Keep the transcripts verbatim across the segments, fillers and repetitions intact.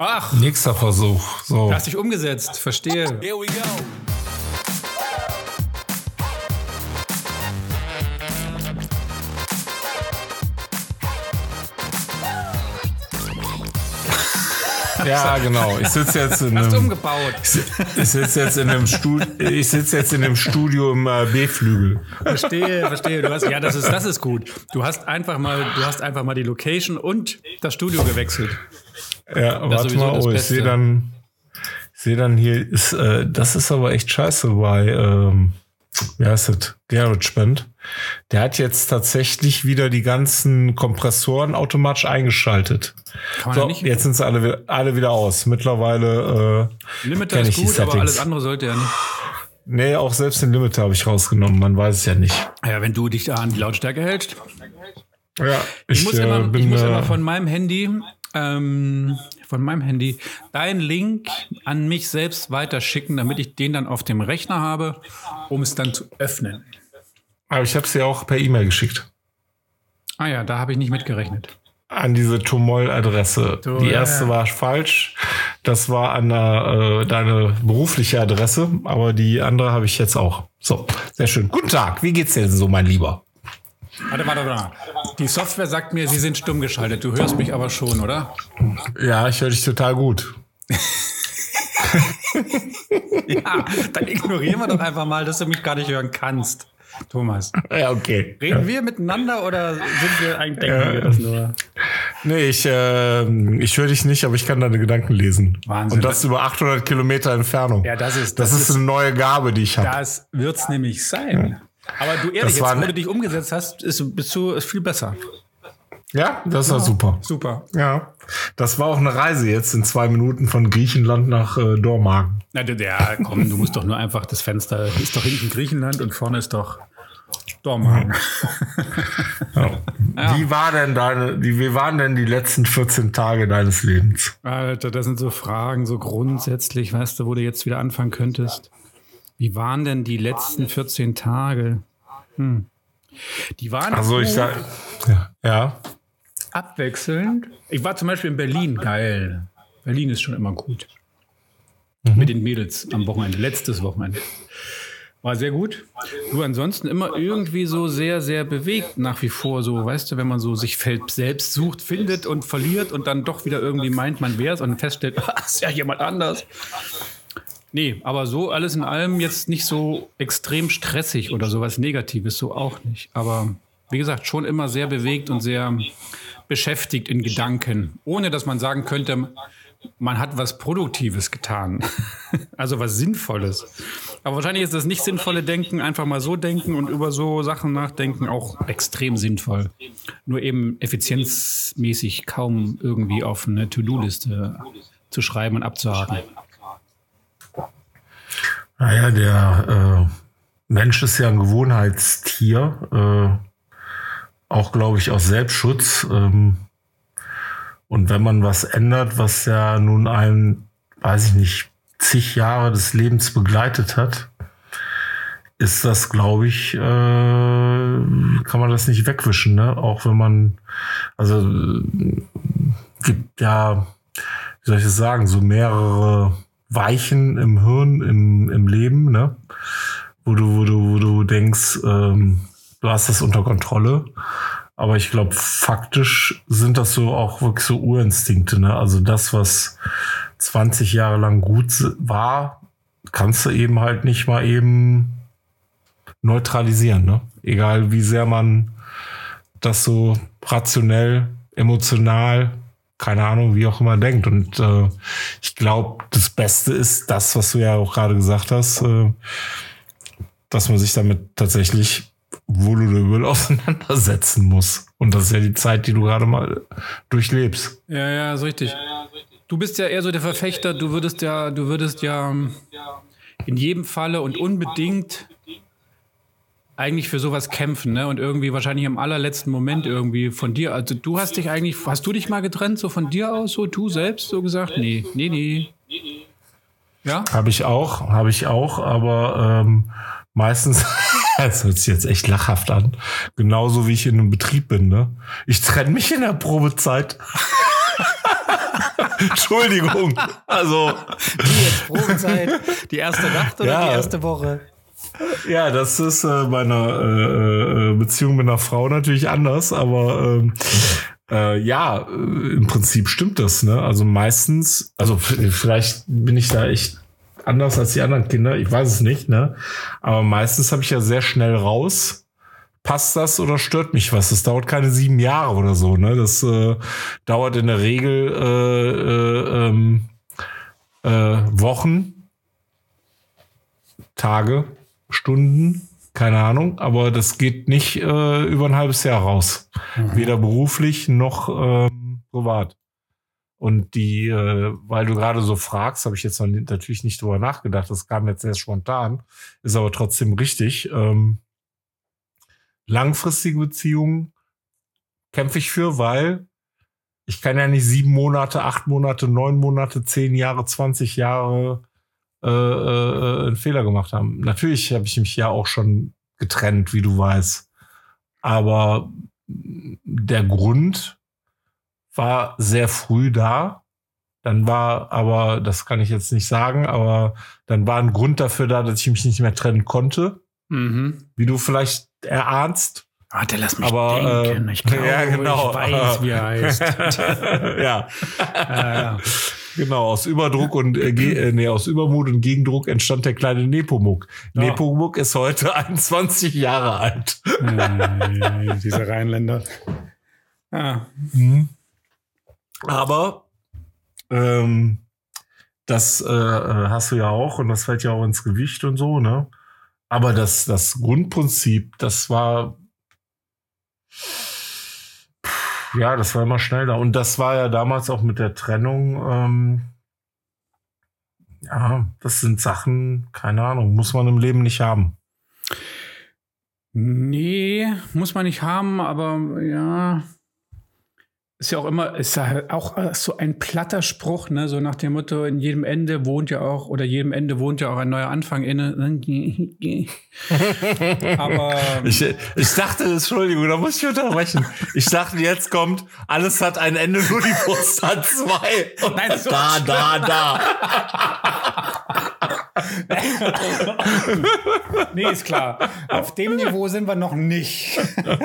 Ach. Nächster Versuch. So. Du hast dich umgesetzt, verstehe. Here we go. Ja, genau. Ich sitze jetzt in Hast einem, umgebaut. Ich sitze jetzt in einem Studio, ich sitze jetzt in einem Studio im äh, B-Flügel. Verstehe, verstehe. Du hast, ja, das ist, das ist gut. Du hast einfach mal, du hast einfach mal die Location und das Studio gewechselt. Ja, warte mal, oh, ich sehe dann, ich sehe dann hier ist, äh, das ist aber echt scheiße bei, ähm, wie heißt das? GarageBand. Der hat jetzt tatsächlich wieder die ganzen Kompressoren automatisch eingeschaltet. Kann man So, ja nicht. jetzt sind sie alle, alle wieder aus. Mittlerweile äh, Limiter ist gut, aber alles andere sollte ja nicht. Nee, auch selbst den Limiter habe ich rausgenommen. Man weiß es ja nicht. Ja, wenn du dich da an die Lautstärke hältst. Ja, ich, ich muss, äh, immer, bin, ich muss äh, immer von meinem Handy, ähm, von meinem Handy deinen Link an mich selbst weiterschicken, damit ich den dann auf dem Rechner habe, um es dann zu öffnen. Aber ich habe es ja auch per E-Mail geschickt. Ah ja, da habe ich nicht mitgerechnet. An diese Tomol-Adresse. So, die erste ja. war falsch. Das war an der, äh, deine berufliche Adresse, aber die andere habe ich jetzt auch. So, sehr schön. Guten Tag, wie geht's dir denn so, mein Lieber? Warte, warte, warte. Die Software sagt mir, Sie sind stumm geschaltet. Du hörst mich aber schon, oder? Ja, ich höre dich total gut. Ja, dann ignorieren wir doch einfach mal, dass du mich gar nicht hören kannst, Thomas. Ja, okay. Reden ja. wir miteinander oder sind wir eigentlich, denken wir das nur? Nee, ich, äh, ich höre dich nicht, aber ich kann deine Gedanken lesen. Wahnsinn. Und das über achthundert Kilometer Entfernung. Ja, das ist, das, das ist, ist eine neue Gabe, die ich habe. Das wird's nämlich sein. Ja. Aber du ehrlich, jetzt, wo du dich umgesetzt hast, ist, bist du ist viel besser. Ja, das war ja, super. Super. Ja, das war auch eine Reise jetzt in zwei Minuten von Griechenland nach äh, Dormagen. Na, ja, komm, du musst doch nur einfach, das Fenster ist doch hinten Griechenland und vorne ist doch Dormagen. Ja. Ja. Wie war denn deine, wie, wie waren denn die letzten vierzehn Tage deines Lebens? Alter, das sind so Fragen, so grundsätzlich, weißt du, wo du jetzt wieder anfangen könntest. Wie waren denn die letzten vierzehn Tage? Hm. Die waren also ich sag, ja. ja. abwechselnd. Ich war zum Beispiel in Berlin, geil. Berlin ist schon immer gut. Mhm. Mit den Mädels am Wochenende, letztes Wochenende. War sehr gut. Nur ansonsten immer irgendwie so sehr, sehr bewegt nach wie vor. So, weißt du, wenn man so sich selbst sucht, findet und verliert und dann doch wieder irgendwie meint, man wär's und feststellt, ah, ist ja jemand anders. Nee, aber so alles in allem jetzt nicht so extrem stressig oder sowas Negatives, so auch nicht. Aber wie gesagt, schon immer sehr bewegt und sehr beschäftigt in Gedanken, ohne dass man sagen könnte, man hat was Produktives getan, also was Sinnvolles. Aber wahrscheinlich ist das nicht sinnvolle Denken, einfach mal so denken und über so Sachen nachdenken auch extrem sinnvoll. Nur eben effizienzmäßig kaum irgendwie auf eine To-Do-Liste zu schreiben und abzuhaken. Naja, der äh, Mensch ist ja ein Gewohnheitstier, äh, auch, glaube ich, aus Selbstschutz. Ähm, und wenn man was ändert, was ja nun einen, weiß ich nicht, zig Jahre des Lebens begleitet hat, ist das, glaube ich, äh, kann man das nicht wegwischen, ne? Auch wenn man, also äh, gibt ja, wie soll ich das sagen, so mehrere Weichen im Hirn, im, im Leben, ne? Wo du, wo du, wo du denkst, ähm, du hast das unter Kontrolle. Aber ich glaube, faktisch sind das so auch wirklich so Urinstinkte, ne? Also das, was zwanzig Jahre lang gut war, kannst du eben halt nicht mal eben neutralisieren, ne? Egal wie sehr man das so rationell, emotional, keine Ahnung, wie auch immer denkt. Und äh, ich glaube, das Beste ist das, was du ja auch gerade gesagt hast, äh, dass man sich damit tatsächlich wohl oder übel auseinandersetzen muss. Und das ist ja die Zeit, die du gerade mal durchlebst. Ja, ja, ist richtig. Du bist ja eher so der Verfechter, du würdest ja, du würdest ja in jedem Falle und unbedingt eigentlich für sowas kämpfen, ne? Und irgendwie wahrscheinlich im allerletzten Moment irgendwie von dir, also du hast dich eigentlich, hast du dich mal getrennt, so von dir aus, so du selbst so gesagt? Nee, nee, nee. Ja? Habe ich auch, habe ich auch, aber ähm, meistens, das hört sich jetzt echt lachhaft an, genauso wie ich in einem Betrieb bin, ne? Ich trenne mich in der Probezeit. Entschuldigung. Also. Die jetzt Probezeit, die erste Nacht oder Ja. die erste Woche? Ja, das ist äh, bei einer äh, äh, Beziehung mit einer Frau natürlich anders, aber ähm, äh, ja, äh, im Prinzip stimmt das, ne? Also meistens, also f- vielleicht bin ich da echt anders als die anderen Kinder, ich weiß es nicht, ne? Aber meistens habe ich ja sehr schnell raus, passt das oder stört mich was? Das dauert keine sieben Jahre oder so, ne? Das äh, dauert in der Regel äh, äh, ähm, äh, Wochen, Tage, Stunden, keine Ahnung, aber das geht nicht äh, über ein halbes Jahr raus. Mhm. Weder beruflich noch ähm, privat. Und die, äh, weil du gerade so fragst, habe ich jetzt noch nicht, natürlich nicht drüber nachgedacht, das kam jetzt sehr spontan, ist aber trotzdem richtig. Ähm, langfristige Beziehungen kämpfe ich für, weil ich kann ja nicht sieben Monate, acht Monate, neun Monate, zehn Jahre, zwanzig Jahre äh, äh, einen Fehler gemacht haben. Natürlich habe ich mich ja auch schon getrennt, wie du weißt. Aber der Grund war sehr früh da. Dann war aber, das kann ich jetzt nicht sagen, aber dann war ein Grund dafür da, dass ich mich nicht mehr trennen konnte. Mhm. Wie du vielleicht erahnst. Warte, lass mich Aber, denken. Ich glaube, ja, genau. ich weiß, wie er heißt. Ja. Ja, ja. Genau, aus Überdruck und äh, ge- äh, nee, aus Übermut und Gegendruck entstand der kleine Nepomuk. Ja. Nepomuk ist heute einundzwanzig Jahre alt. Äh, diese Rheinländer. Ja. Mhm. Aber ähm, das äh, hast du ja auch und das fällt ja auch ins Gewicht und so, ne? Aber das, das Grundprinzip, das war ja, das war immer schnell da. Und das war ja damals auch mit der Trennung. Ähm, ja, das sind Sachen, keine Ahnung, muss man im Leben nicht haben. Nee, muss man nicht haben, aber ja. Ist ja auch immer, ist ja auch so ein platter Spruch, ne? So nach dem Motto, in jedem Ende wohnt ja auch, oder jedem Ende wohnt ja auch ein neuer Anfang inne. Aber Ich, ich dachte, Entschuldigung, da muss ich unterbrechen. Ich dachte, jetzt kommt, alles hat ein Ende, nur die Brust hat zwei. Und Nein, so da, da, da. nee, ist klar. Auf dem Niveau sind wir noch nicht.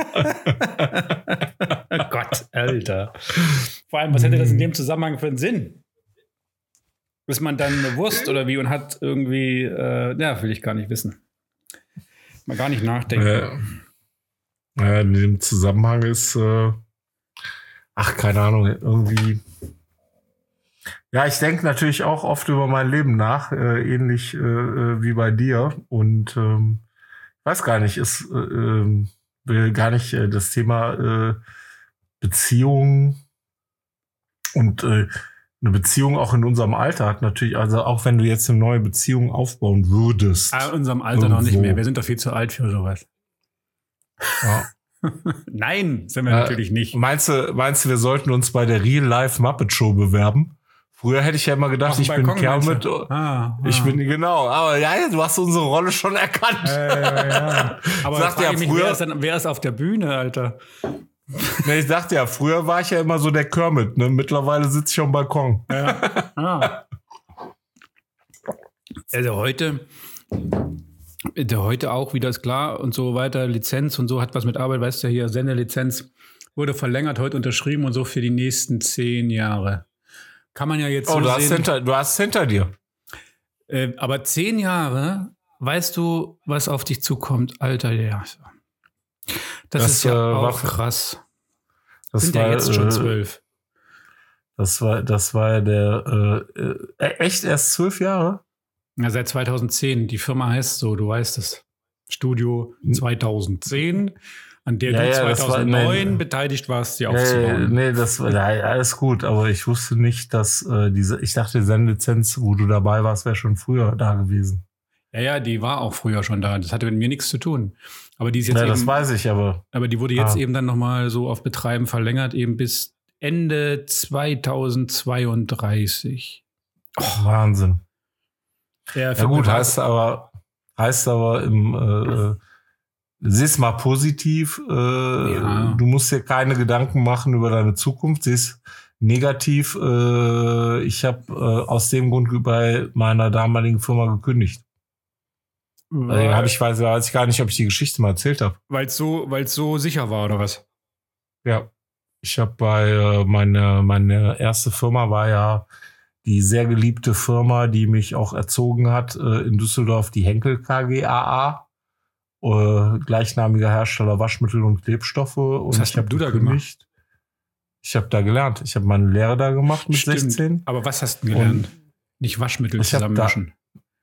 Gott, Alter. Vor allem, was hätte das in dem Zusammenhang für einen Sinn? Ist man dann eine Wurst oder wie und hat irgendwie, äh, ja, will ich gar nicht wissen. Mal gar nicht nachdenken. Ja, ja, in dem Zusammenhang ist, äh, ach, keine Ahnung, irgendwie. Ja, ich denke natürlich auch oft über mein Leben nach, äh, ähnlich äh, wie bei dir. Und ähm, weiß gar nicht, ist äh, äh, will gar nicht äh, das Thema äh, Beziehung und äh, eine Beziehung auch in unserem Alter hat natürlich, also auch wenn du jetzt eine neue Beziehung aufbauen würdest. Ah, in unserem Alter noch nicht irgendwo. mehr. Wir sind doch viel zu alt für sowas. Ja. Nein, sind wir Äh, natürlich nicht. Meinst du, meinst du, wir sollten uns bei der Real Life Muppet Show bewerben? Früher hätte ich ja immer gedacht, Auf dem ich bin ein Balkon, Kerl meinst mit. du? Ah, Ich ah. bin, genau, aber ja, du hast unsere Rolle schon erkannt. Äh, ja. Aber Sagt frage ja ich mich, früher- wer ist, dann, wer ist auf der Bühne, Alter? Nee, ich dachte ja, früher war ich ja immer so der Kermit, ne? Mittlerweile sitze ich am Balkon. Ja. Ah. Also heute, der heute auch wieder ist klar und so weiter, Lizenz und so hat was mit Arbeit, weißt du ja hier, Sendelizenz wurde verlängert, heute unterschrieben und so für die nächsten zehn Jahre. Kann man ja jetzt Oh, so du hast, sehen. hinter, du hast hinter dir. Äh, aber zehn Jahre, weißt du, was auf dich zukommt, Alter, ja. Das, Das, ist ja äh, war auch für- krass. Das Sind war, ja jetzt schon äh, zwölf. Das war, das war ja der, äh, äh, echt erst zwölf Jahre? Ja, seit zweitausendzehn. Die Firma heißt so, du weißt es. Studio zweitausendzehn, an der Ja, du ja, das war- zweitausendneun nein. beteiligt warst, sie Nee, aufzubauen. nee, das war ja, alles gut, aber ich wusste nicht, dass äh, diese, ich dachte, die Sendelizenz, wo du dabei warst, wäre schon früher da gewesen. Ja, ja, die war auch früher schon da. Das hatte mit mir nichts zu tun. Aber die ist jetzt Ja, eben, das weiß ich, aber aber die wurde jetzt Ah. eben dann nochmal so auf Betreiben verlängert, eben bis Ende zweitausendzweiunddreißig. Wahnsinn. Ja, Ja gut, heißt aber, heißt aber im, äh, sieh's mal positiv, äh, Ja. du musst dir keine Gedanken machen über deine Zukunft, sieh's, negativ, äh, ich habe äh, aus dem Grund bei meiner damaligen Firma gekündigt. Also, hab ich weiß, weiß ich gar nicht, ob ich die Geschichte mal erzählt habe. Weil es so, weil's so sicher war, oder was? Ja. Ich habe bei äh, meine, meine erste Firma war ja die sehr geliebte Firma, die mich auch erzogen hat, äh, in Düsseldorf, die Henkel K G A A, äh, gleichnamiger Hersteller Waschmittel und Klebstoffe. Und was hast ich habe du da gekündigt. gemacht? Ich habe da gelernt. Ich habe meine Lehre da gemacht mit Stimmt. sechzehn. Aber was hast du denn gelernt? Und nicht Waschmittel ich hab zusammenmischen.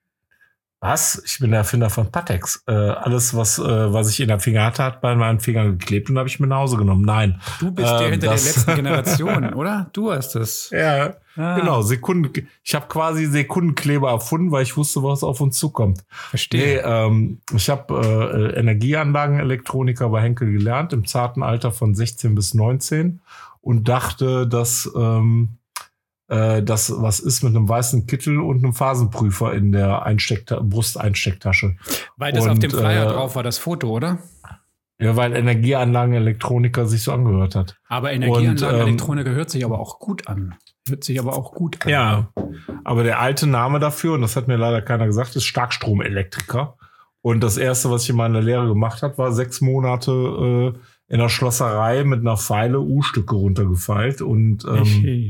Was? Ich bin der Erfinder von Pattex. Äh, alles, was, äh, was ich in der Finger hatte, hat bei meinen Fingern geklebt und habe ich mir nach Hause genommen. Nein. Du bist der ähm, hinter der das- letzten Generation, oder? Du hast das. Ja, Ah, genau. Sekunden. Ich habe quasi Sekundenkleber erfunden, weil ich wusste, was auf uns zukommt. Nee, Verstehe. ähm, ich habe äh, Energieanlagenelektroniker bei Henkel gelernt, im zarten Alter von sechzehn bis neunzehn und dachte, dass ähm, äh, das was ist mit einem weißen Kittel und einem Phasenprüfer in der Einsteckta- Brusteinstecktasche. Weil das auf und, dem Flyer äh, drauf war, das Foto, oder? Ja, weil Energieanlagenelektroniker sich so angehört hat. Aber Energieanlagenelektroniker ähm, hört sich aber auch gut an. Hört sich aber auch gut an. Ja, aber der alte Name dafür, und das hat mir leider keiner gesagt, ist Starkstromelektriker. Und das erste, was ich in meiner Lehre gemacht habe, war sechs Monate äh, in der Schlosserei mit einer Feile U-Stücke runtergefeilt. Und ähm, Hey.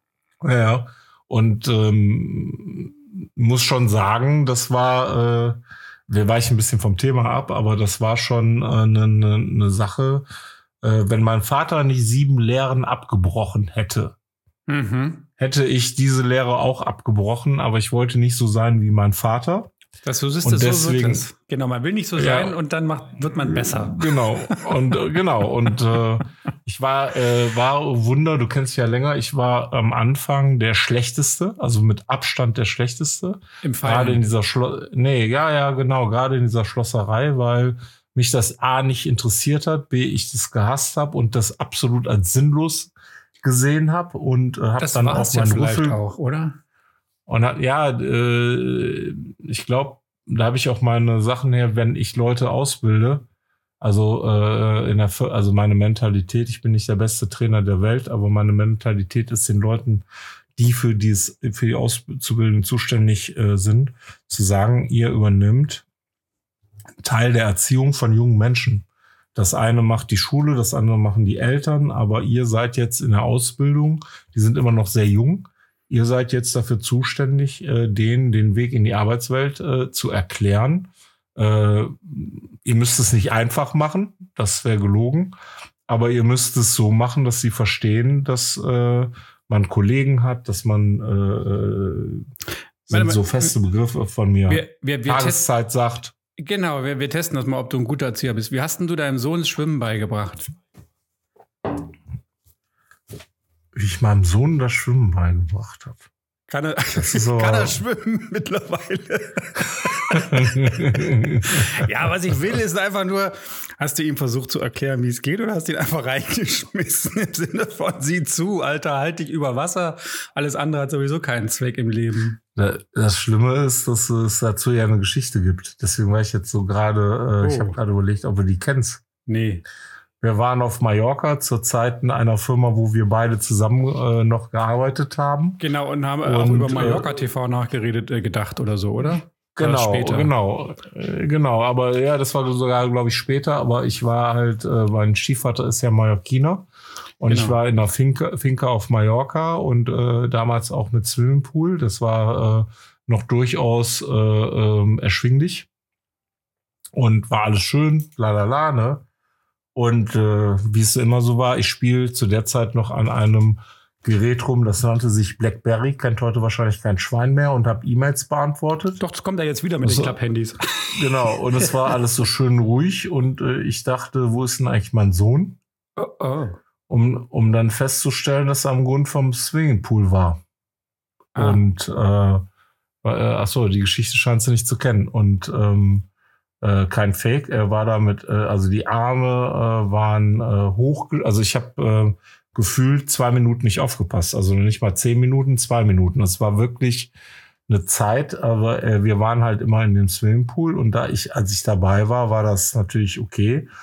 ja, und ähm, muss schon sagen, das war, äh, wir weichen ein bisschen vom Thema ab, aber das war schon eine äh, ne, ne Sache, äh, wenn mein Vater nicht sieben Lehren abgebrochen hätte, Mhm. hätte ich diese Lehre auch abgebrochen, aber ich wollte nicht so sein wie mein Vater. Das so ist Und es, so deswegen- wird es. Genau, man will nicht so Ja. sein und dann macht, wird man besser. Genau. Und äh, genau. Und äh, ich war, äh, war oh Wunder, du kennst ja länger, ich war am Anfang der Schlechteste, also mit Abstand der Schlechteste. Im Gerade in Fall. dieser Schloss, nee, ja, ja, genau, gerade in dieser Schlosserei, weil mich das A nicht interessiert hat, B, ich das gehasst habe und das absolut als sinnlos gesehen habe und äh, habe Das dann war auch es ja meinen vielleicht Rüffel auch, oder? und hat, ja, äh, ich glaube, da habe ich auch meine Sachen her, wenn ich Leute ausbilde, also äh, in der, Fir- also meine Mentalität, ich bin nicht der beste Trainer der Welt, aber meine Mentalität ist den Leuten, die für dies, für die Auszubildung zuständig äh, sind, zu sagen, ihr übernimmt Teil der Erziehung von jungen Menschen. Das eine macht die Schule, das andere machen die Eltern, aber ihr seid jetzt in der Ausbildung, die sind immer noch sehr jung. Ihr seid jetzt dafür zuständig, äh, denen den Weg in die Arbeitswelt äh, zu erklären. Äh, ihr müsst es nicht einfach machen, das wäre gelogen, aber ihr müsst es so machen, dass sie verstehen, dass äh, man Kollegen hat, dass man äh, sind Warte, so feste Begriffe von mir. Wir, wir, wir testen, Tageszeit sagt, genau, wir, wir testen das mal, ob du ein guter Erzieher bist. Wie hast denn du deinem Sohn das Schwimmen beigebracht? wie ich meinem Sohn das Schwimmen beigebracht habe. Kann er, Das ist aber- kann er schwimmen mittlerweile? Ja, was ich will, ist einfach nur, hast du ihm versucht zu erklären, wie es geht, oder hast du ihn einfach reingeschmissen im Sinne von, sieh zu, Alter, halt dich über Wasser. Alles andere hat sowieso keinen Zweck im Leben. Das Schlimme ist, dass es dazu ja eine Geschichte gibt. Deswegen war ich jetzt so gerade, äh, ich Oh. habe gerade überlegt, ob du die kennst. Nee. Wir waren auf Mallorca zu Zeiten einer Firma, wo wir beide zusammen äh, noch gearbeitet haben. Genau, und haben auch Und, über äh, Mallorca T V nachgeredet, äh, gedacht oder so, oder? Oder Genau, später? genau, äh, genau. Aber ja, das war sogar, glaube ich, später. Aber ich war halt, äh, mein Stiefvater ist ja Mallorquiner. Und Genau. ich war in der Finca, Finca auf Mallorca und äh, damals auch mit Swimmingpool. Das war äh, noch durchaus äh, ähm, erschwinglich. Und war alles schön, la la la, ne? Und äh, wie es immer so war, ich spiele zu der Zeit noch an einem Gerät rum, das nannte sich BlackBerry, kennt heute wahrscheinlich kein Schwein mehr und habe E-Mails beantwortet. Doch, das kommt ja jetzt wieder mit Also- den Klapp-Handys. Genau, und es war alles so schön ruhig und äh, ich dachte, wo ist denn eigentlich mein Sohn? Oh, oh. Um, um dann festzustellen, dass er am Grund vom Swimmingpool war. Ah. Und äh, äh, ach so, die Geschichte scheint du nicht zu kennen. Und ähm, äh, kein Fake, er war damit, äh, also die Arme äh, waren äh, hoch, also ich habe äh, gefühlt zwei Minuten nicht aufgepasst, also nicht mal zehn Minuten, zwei Minuten. Das war wirklich eine Zeit, aber äh, wir waren halt immer in dem Swimmingpool und da ich, als ich dabei war, war das natürlich okay.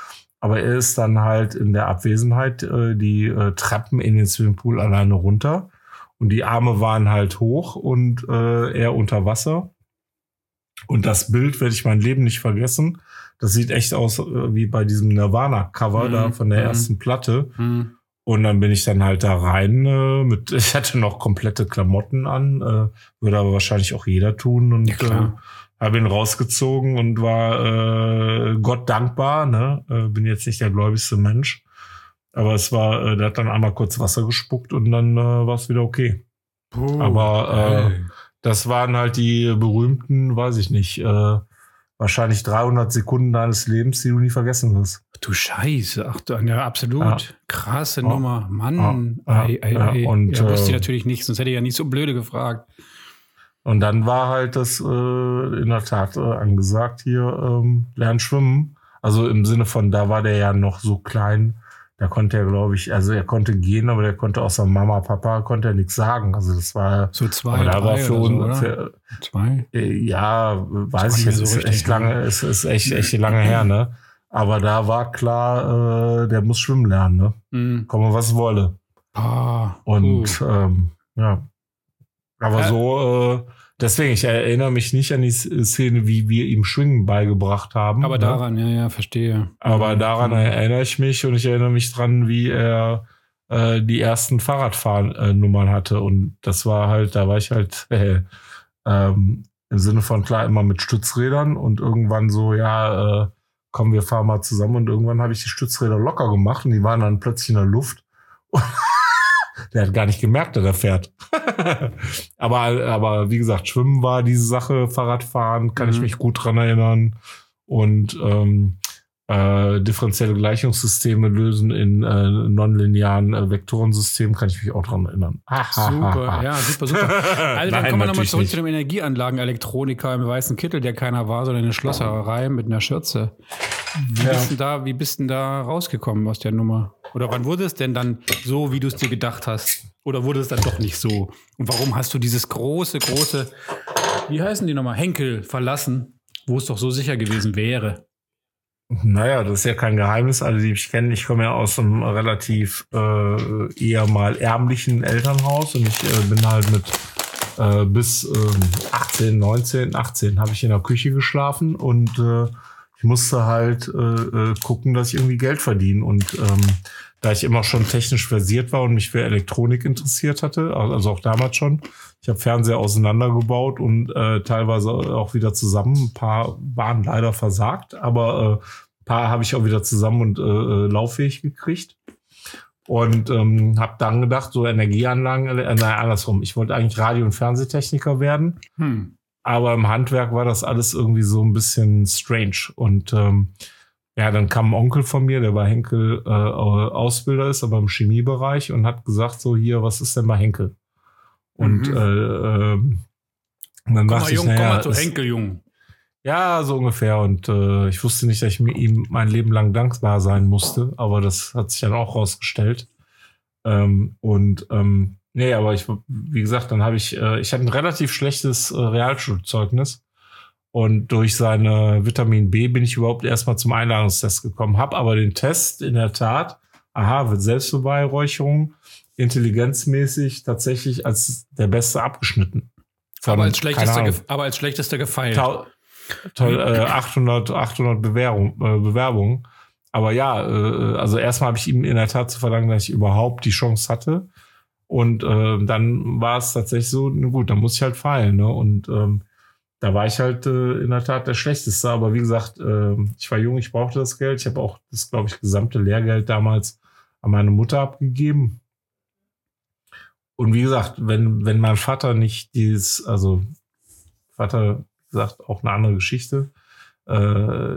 aber er ist dann halt in der Abwesenheit äh, die äh, Treppen in den Swimmingpool alleine runter und die Arme waren halt hoch und äh, er unter Wasser. Und das Bild werde ich mein Leben nicht vergessen. Das sieht echt aus äh, wie bei diesem Nirvana-Cover mhm. da von der mhm. ersten Platte. Mhm. Und dann bin ich dann halt da rein äh, mit, ich hatte noch komplette Klamotten an, äh, würde aber wahrscheinlich auch jeder tun und ja, äh, habe ihn rausgezogen und war äh, Gott dankbar, ne? Äh, bin jetzt nicht der gläubigste Mensch, aber es war, äh, der hat dann einmal kurz Wasser gespuckt und dann äh, war es wieder okay. Oh, aber äh, hey. Das waren halt die berühmten, weiß ich nicht, äh, wahrscheinlich dreihundert Sekunden deines Lebens, die du nie vergessen wirst. Du Scheiße, ach, ja, absolut. Ja. Krasse ja. Nummer. Mann. Ja. Ei, ei, ja. ei. Und, ja, wusste ich äh, natürlich nicht, sonst hätte ich ja nicht so blöde gefragt. Und dann war halt das äh, in der Tat äh, angesagt, hier ähm, lernen schwimmen. Also im Sinne von, da war der ja noch so klein, da konnte er, glaube ich, also er konnte gehen, aber der konnte außer Mama, Papa, konnte er nichts sagen. Also das war so zwei, aber da drei war für oder uns, so, oder? Zwei? Äh, ja, weiß ich jetzt, so ist echt lange, ist, ist echt, echt lange her, ne? Aber da war klar, äh, der muss schwimmen lernen, ne? Mhm. Komme, was wolle. Ah, und uh. ähm, ja. Aber äh. so, äh, deswegen, ich erinnere mich nicht an die Szene, wie wir ihm Schwingen beigebracht haben. Aber ne? daran, ja, ja, verstehe. Aber daran mhm. erinnere ich mich und ich erinnere mich dran, wie er äh, die ersten Fahrradfahrnummern hatte. Und das war halt, da war ich halt äh, ähm, im Sinne von klar immer mit Stützrädern und irgendwann so, ja, äh, komm, wir fahren mal zusammen. Und irgendwann habe ich die Stützräder locker gemacht und die waren dann plötzlich in der Luft. Der hat gar nicht gemerkt, dass er fährt. aber, aber wie gesagt, Schwimmen war diese Sache, Fahrradfahren, kann mhm. ich mich gut dran erinnern. Und ähm, äh, differenzielle Gleichungssysteme lösen in äh, nonlinearen äh, Vektorensystemen, kann ich mich auch dran erinnern. Super, ja, super, super. Also dann kommen wir nochmal zurück nicht. zu dem Energieanlagen-Elektroniker im weißen Kittel, der keiner war, sondern eine Schlosserei mit einer Schürze. Wie, ja. bist denn da, wie bist denn da rausgekommen aus der Nummer? Oder wann wurde es denn dann so, wie du es dir gedacht hast? Oder wurde es dann doch nicht so? Und warum hast du dieses große, große, wie heißen die nochmal, Henkel verlassen, wo es doch so sicher gewesen wäre? Naja, das ist ja kein Geheimnis. Alle, die mich kennen, ich komme ja aus einem relativ äh, eher mal ärmlichen Elternhaus und ich äh, bin halt mit äh, bis äh, achtzehn, neunzehn, achtzehn habe ich in der Küche geschlafen und äh, ich musste halt äh, gucken, dass ich irgendwie Geld verdiene. Und ähm, da ich immer schon technisch versiert war und mich für Elektronik interessiert hatte, also auch damals schon, ich habe Fernseher auseinandergebaut und äh, teilweise auch wieder zusammen. Ein paar waren leider versagt, aber äh, ein paar habe ich auch wieder zusammen und äh, lauffähig gekriegt. Und ähm, habe dann gedacht, so Energieanlagen, äh, naja, andersrum. Ich wollte eigentlich Radio- und Fernsehtechniker werden. Hm. Aber im Handwerk war das alles irgendwie so ein bisschen strange. Und ähm, ja, dann kam ein Onkel von mir, der bei Henkel äh, Ausbilder ist, aber im Chemiebereich und hat gesagt so, hier, was ist denn bei Henkel? Und mhm. äh, äh, und dann dachte ich, Jung, naja, komm mal zu Henkel, Jung. Ja, so ungefähr. Und äh, ich wusste nicht, dass ich mir ihm mein Leben lang dankbar sein musste. Aber das hat sich dann auch rausgestellt. Ähm, und ähm, nee, aber ich, wie gesagt, dann habe ich, äh, ich hatte ein relativ schlechtes äh, Realschulzeugnis und durch seine Vitamin B bin ich überhaupt erstmal zum Einladungstest gekommen, habe aber den Test in der Tat, aha, wird Selbstbeweihräucherung, intelligenzmäßig tatsächlich als der Beste abgeschnitten. Von, aber, als schlechtester ge- aber als schlechtester gefeilt. Ta- toll, äh, achthundert, achthundert Bewerbung, äh, Bewerbungen. Aber ja, äh, also erstmal habe ich ihm in der Tat zu verdanken, dass ich überhaupt die Chance hatte. Und äh, dann war es tatsächlich so, na gut, dann muss ich halt feilen. Ne? Und ähm, da war ich halt äh, in der Tat der Schlechteste. Aber wie gesagt, äh, ich war jung, ich brauchte das Geld. Ich habe auch das, glaube ich, gesamte Lehrgeld damals an meine Mutter abgegeben. Und wie gesagt, wenn, wenn mein Vater nicht dieses, also Vater, wie gesagt, auch eine andere Geschichte, äh,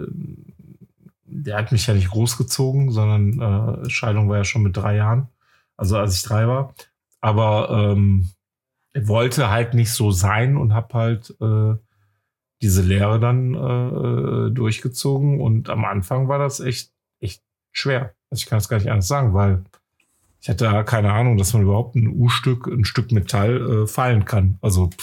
der hat mich ja nicht großgezogen, sondern äh, Scheidung war ja schon mit drei Jahren, also als ich drei war. Aber ähm, er wollte halt nicht so sein und habe halt äh, diese Lehre dann äh, durchgezogen. Und am Anfang war das echt, echt schwer. Also ich kann es gar nicht anders sagen, weil ich hatte keine Ahnung, dass man überhaupt ein U-Stück, ein Stück Metall äh, feilen kann. Also pff,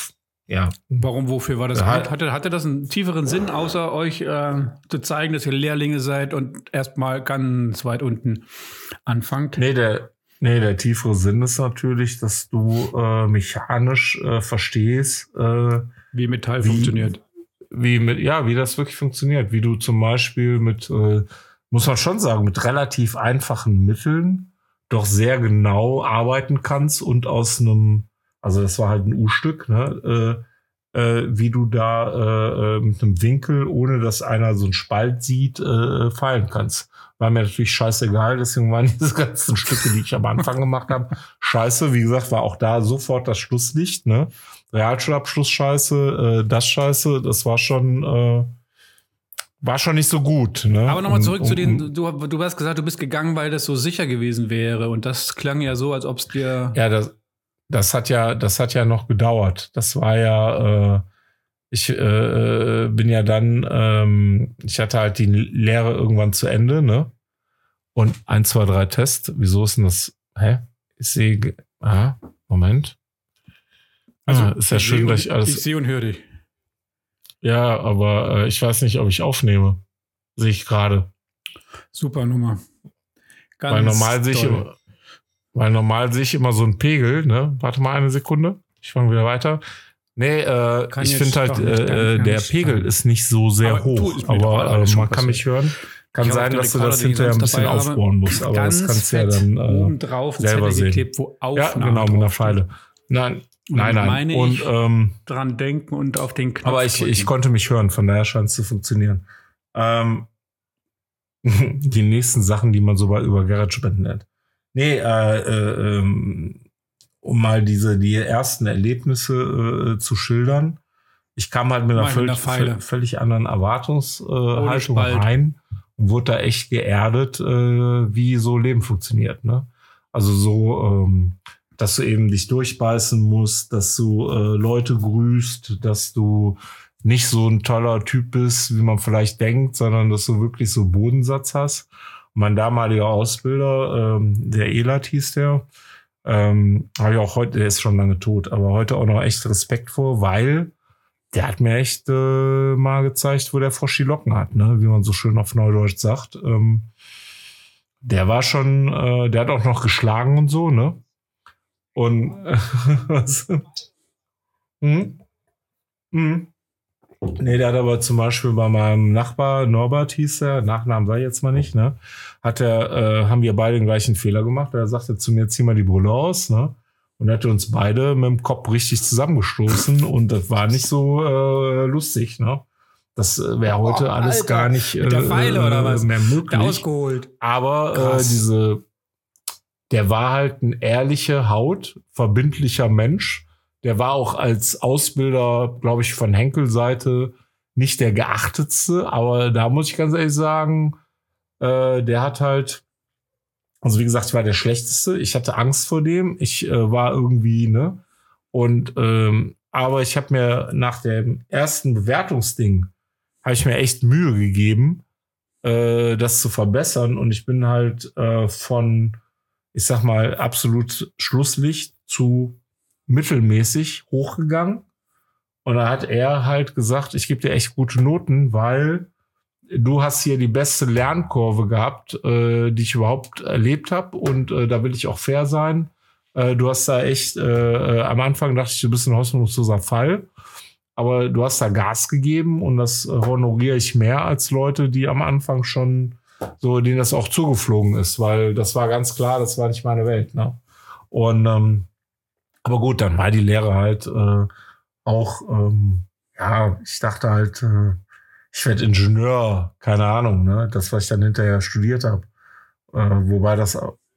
ja. Warum, wofür war das Ja. gut? Hatte, hatte das einen tieferen Sinn, außer euch äh, zu zeigen, dass ihr Lehrlinge seid und erstmal ganz weit unten anfangt? Nee, der, nee, der tiefere Sinn ist natürlich, dass du äh, mechanisch äh, verstehst, äh, Wie Metall wie, funktioniert. Wie mit, ja, wie das wirklich funktioniert. Wie du zum Beispiel mit, äh, muss man schon sagen, mit relativ einfachen Mitteln doch sehr genau arbeiten kannst und aus einem, also das war halt ein U-Stück, ne, äh, äh, wie du da äh, mit einem Winkel, ohne dass einer so einen Spalt sieht, äh, feilen kannst. War mir natürlich scheißegal, deswegen waren diese ganzen Stücke, die ich am Anfang gemacht habe, scheiße. Wie gesagt, war auch da sofort das Schlusslicht, ne? Realschulabschluss scheiße, äh, das scheiße, das war schon, äh, war schon nicht so gut. Ne? Aber nochmal zurück um, zu um, den, du, du hast gesagt, du bist gegangen, weil das so sicher gewesen wäre. Und das klang ja so, als ob es dir... Ja, das, das hat ja, das hat ja noch gedauert. Das war ja, äh, ich äh, bin ja dann, ähm, ich hatte halt die Lehre irgendwann zu Ende, ne? Und eins, zwei, drei Test. Wieso ist denn das? Hä? Ich sehe, ah, Moment. Also, ah, ist ja schön, dass ich alles. Ich sehe und höre dich. Ja, aber äh, ich weiß nicht, ob ich aufnehme. Sehe ich gerade. Super Nummer. Ganz weil normal sehe ich toll. immer, weil normal sehe ich immer so einen Pegel, ne? Warte mal eine Sekunde. Ich fange wieder weiter. Nee, äh, Kann ich jetzt finde halt, doch nicht, kann äh, ich der nicht Pegel sagen. ist nicht so sehr Aber du, hoch. ist mir doch Aber alles äh, schon man kann passiert. mich hören. Kann Ich habe sein, auf dass du den das Rekorder, den ich hinterher ein sonst bisschen dabei habe, aufbauen musst. Aber das ganz kannst du ja fett dann oben äh, drauf ein selber Zettel sehen. geklebt, wo Ja, Aufnahme genau, mit einer draufsteht. Pfeile. Nein, Und nein, nein. meine Und ich, ähm, dran denken und auf den Knopf aber ich, drücken. ich konnte mich hören, von daher scheint es zu funktionieren. Ähm, die nächsten Sachen, die man so bei über GarageBand nennt. Nee, äh, äh, ähm, um mal diese die ersten Erlebnisse äh, zu schildern. Ich kam halt mit einer Mal mit einer völlig, Pfeile. völlig anderen Erwartungshaltung äh, Haltung Spalt. rein und wurde da echt geerdet, äh, wie so Leben funktioniert. Ne? Also so, ähm, dass du eben dich durchbeißen musst, dass du äh, Leute grüßt, dass du nicht so ein toller Typ bist, wie man vielleicht denkt, sondern dass du wirklich so Bodensatz hast. Und mein damaliger Ausbilder, ähm, der Elat hieß der, ähm, habe ich auch heute, der ist schon lange tot, aber heute auch noch echt Respekt vor, weil der hat mir echt äh, mal gezeigt, wo der Frosch die Locken hat, ne? Wie man so schön auf Neudeutsch sagt. Ähm, der war schon, äh, der hat auch noch geschlagen und so, ne? Und was? hm? Hm? Nee, der hat aber zum Beispiel bei meinem Nachbar, Norbert hieß er, Nachnamen sei jetzt mal nicht, ne? Hat er, äh, haben wir beide den gleichen Fehler gemacht. Er sagte zu mir, zieh mal die Brille aus, ne? Und er hatte uns beide mit dem Kopf richtig zusammengestoßen und das war nicht so äh, lustig, ne? Das wäre heute Oh, alles Alter, gar nicht äh, mit der Pfeile oder was? mehr möglich. Der ausgeholt. Aber äh, Krass. diese, der war halt ein ehrliche Haut, verbindlicher Mensch. Der war auch als Ausbilder, glaube ich, von Henkel-Seite nicht der geachtetste. Aber da muss ich ganz ehrlich sagen, äh, der hat halt, also wie gesagt, ich war der Schlechteste. Ich hatte Angst vor dem. Ich äh, war irgendwie, ne? Und ähm, aber ich habe mir nach dem ersten Bewertungsding habe ich mir echt Mühe gegeben, äh, das zu verbessern. Und ich bin halt äh, von, ich sag mal, absolut Schlusslicht zu mittelmäßig hochgegangen. Und da hat er halt gesagt, ich gebe dir echt gute Noten, weil du hast hier die beste Lernkurve gehabt, äh, die ich überhaupt erlebt habe. Und äh, da will ich auch fair sein. Äh, du hast da echt, äh, am Anfang dachte ich, du bist ein hoffnungsloser Fall. Aber du hast da Gas gegeben und das äh, honoriere ich mehr als Leute, die am Anfang schon so, denen das auch zugeflogen ist, weil das war ganz klar, das war nicht meine Welt. Ne? Und ähm, aber gut, dann war die Lehre halt äh, auch, ähm, ja, ich dachte halt, äh, ich werde Ingenieur, keine Ahnung, ne, das, was ich dann hinterher studiert habe. Äh, wobei das,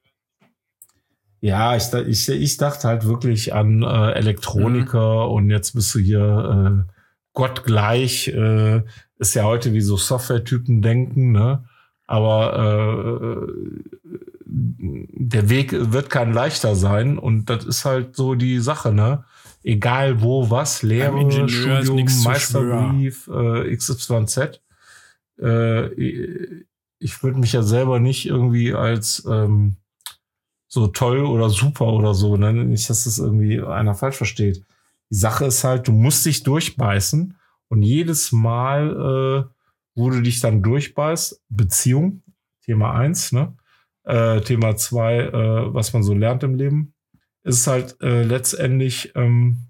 ja, ich, ich, ich dachte halt wirklich an äh, Elektroniker mhm. und jetzt bist du hier äh, gottgleich, äh, ist ja heute wie so Software-Typen denken, ne, aber äh, der Weg wird kein leichter sein und das ist halt so die Sache, ne? Egal wo, was, Lehre, Studium, Meisterbrief, äh, X Y Z. Äh, ich würde mich ja selber nicht irgendwie als ähm, so toll oder super oder so, ne? Nicht, dass das irgendwie einer falsch versteht. Die Sache ist halt, du musst dich durchbeißen und jedes Mal, äh, wo du dich dann durchbeißt, Beziehung, Thema eins, ne? Äh, Thema zwei, äh, was man so lernt im Leben, ist halt äh, letztendlich, ähm,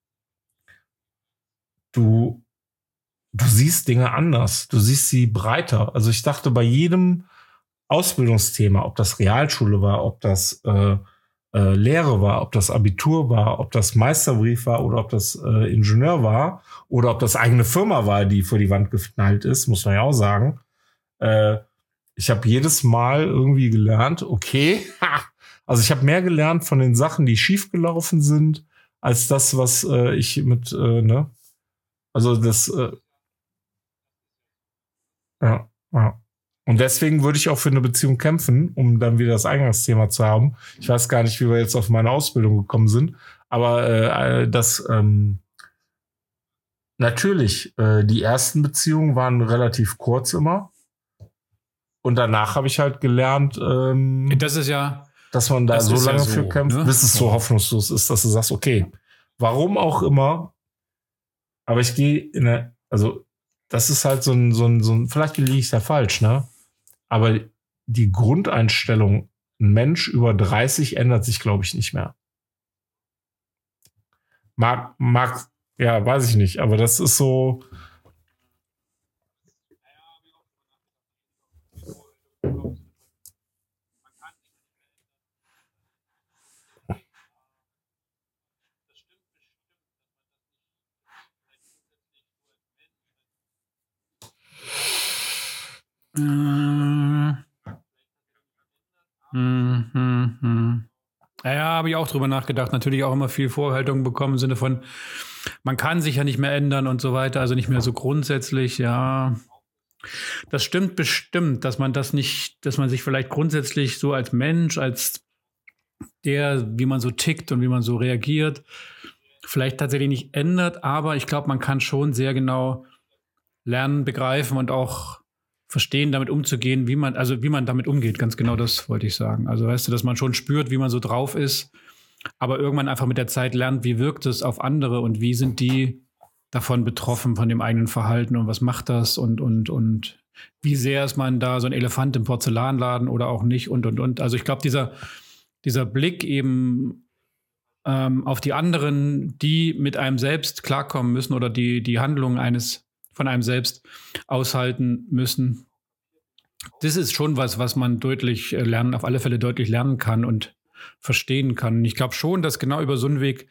du, du siehst Dinge anders, du siehst sie breiter. Also ich dachte bei jedem Ausbildungsthema, ob das Realschule war, ob das äh, äh, Lehre war, ob das Abitur war, ob das Meisterbrief war oder ob das äh, Ingenieur war oder ob das eigene Firma war, die vor die Wand geknallt ist, muss man ja auch sagen. Äh, ich habe jedes Mal irgendwie gelernt, okay, ha, also ich habe mehr gelernt von den Sachen, die schiefgelaufen sind, als das, was äh, ich mit, äh, ne, also das, äh, ja, ja. Und deswegen würde ich auch für eine Beziehung kämpfen, um dann wieder das Eingangsthema zu haben. Ich weiß gar nicht, wie wir jetzt auf meine Ausbildung gekommen sind, aber äh, das ähm, natürlich, äh, die ersten Beziehungen waren relativ kurz immer. Und danach habe ich halt gelernt, ähm, das ist ja, dass man da so lange ja so, für kämpft, ne? Bis es so hoffnungslos ist, dass du sagst, okay, warum auch immer, aber ich gehe in eine, also das ist halt so ein, so ein, so ein, vielleicht liege ich da falsch, ne? Aber die Grundeinstellung, ein Mensch über dreißig ändert sich, glaube ich, nicht mehr. Mag, mag, ja, weiß ich nicht, aber das ist so. Hm, hm, hm, hm. Ja, ja, habe ich auch drüber nachgedacht. Natürlich auch immer viel Vorhaltung bekommen im Sinne von, man kann sich ja nicht mehr ändern und so weiter, also nicht mehr so grundsätzlich, ja. Das stimmt bestimmt, dass man das nicht, dass man sich vielleicht grundsätzlich so als Mensch, als der, wie man so tickt und wie man so reagiert, vielleicht tatsächlich nicht ändert, aber ich glaube, man kann schon sehr genau lernen, begreifen und auch verstehen, damit umzugehen, wie man, also wie man damit umgeht, ganz genau das wollte ich sagen. Also weißt du, dass man schon spürt, wie man so drauf ist, aber irgendwann einfach mit der Zeit lernt, wie wirkt es auf andere und wie sind die davon betroffen, von dem eigenen Verhalten und was macht das und, und, und wie sehr ist man da so ein Elefant im Porzellanladen oder auch nicht und, und, und. Also ich glaube, dieser, dieser Blick eben ähm, auf die anderen, die mit einem selbst klarkommen müssen oder die, die Handlungen eines von einem selbst aushalten müssen. Das ist schon was, was man deutlich lernen, auf alle Fälle deutlich lernen kann und verstehen kann. Und ich glaube schon, dass genau über so einen Weg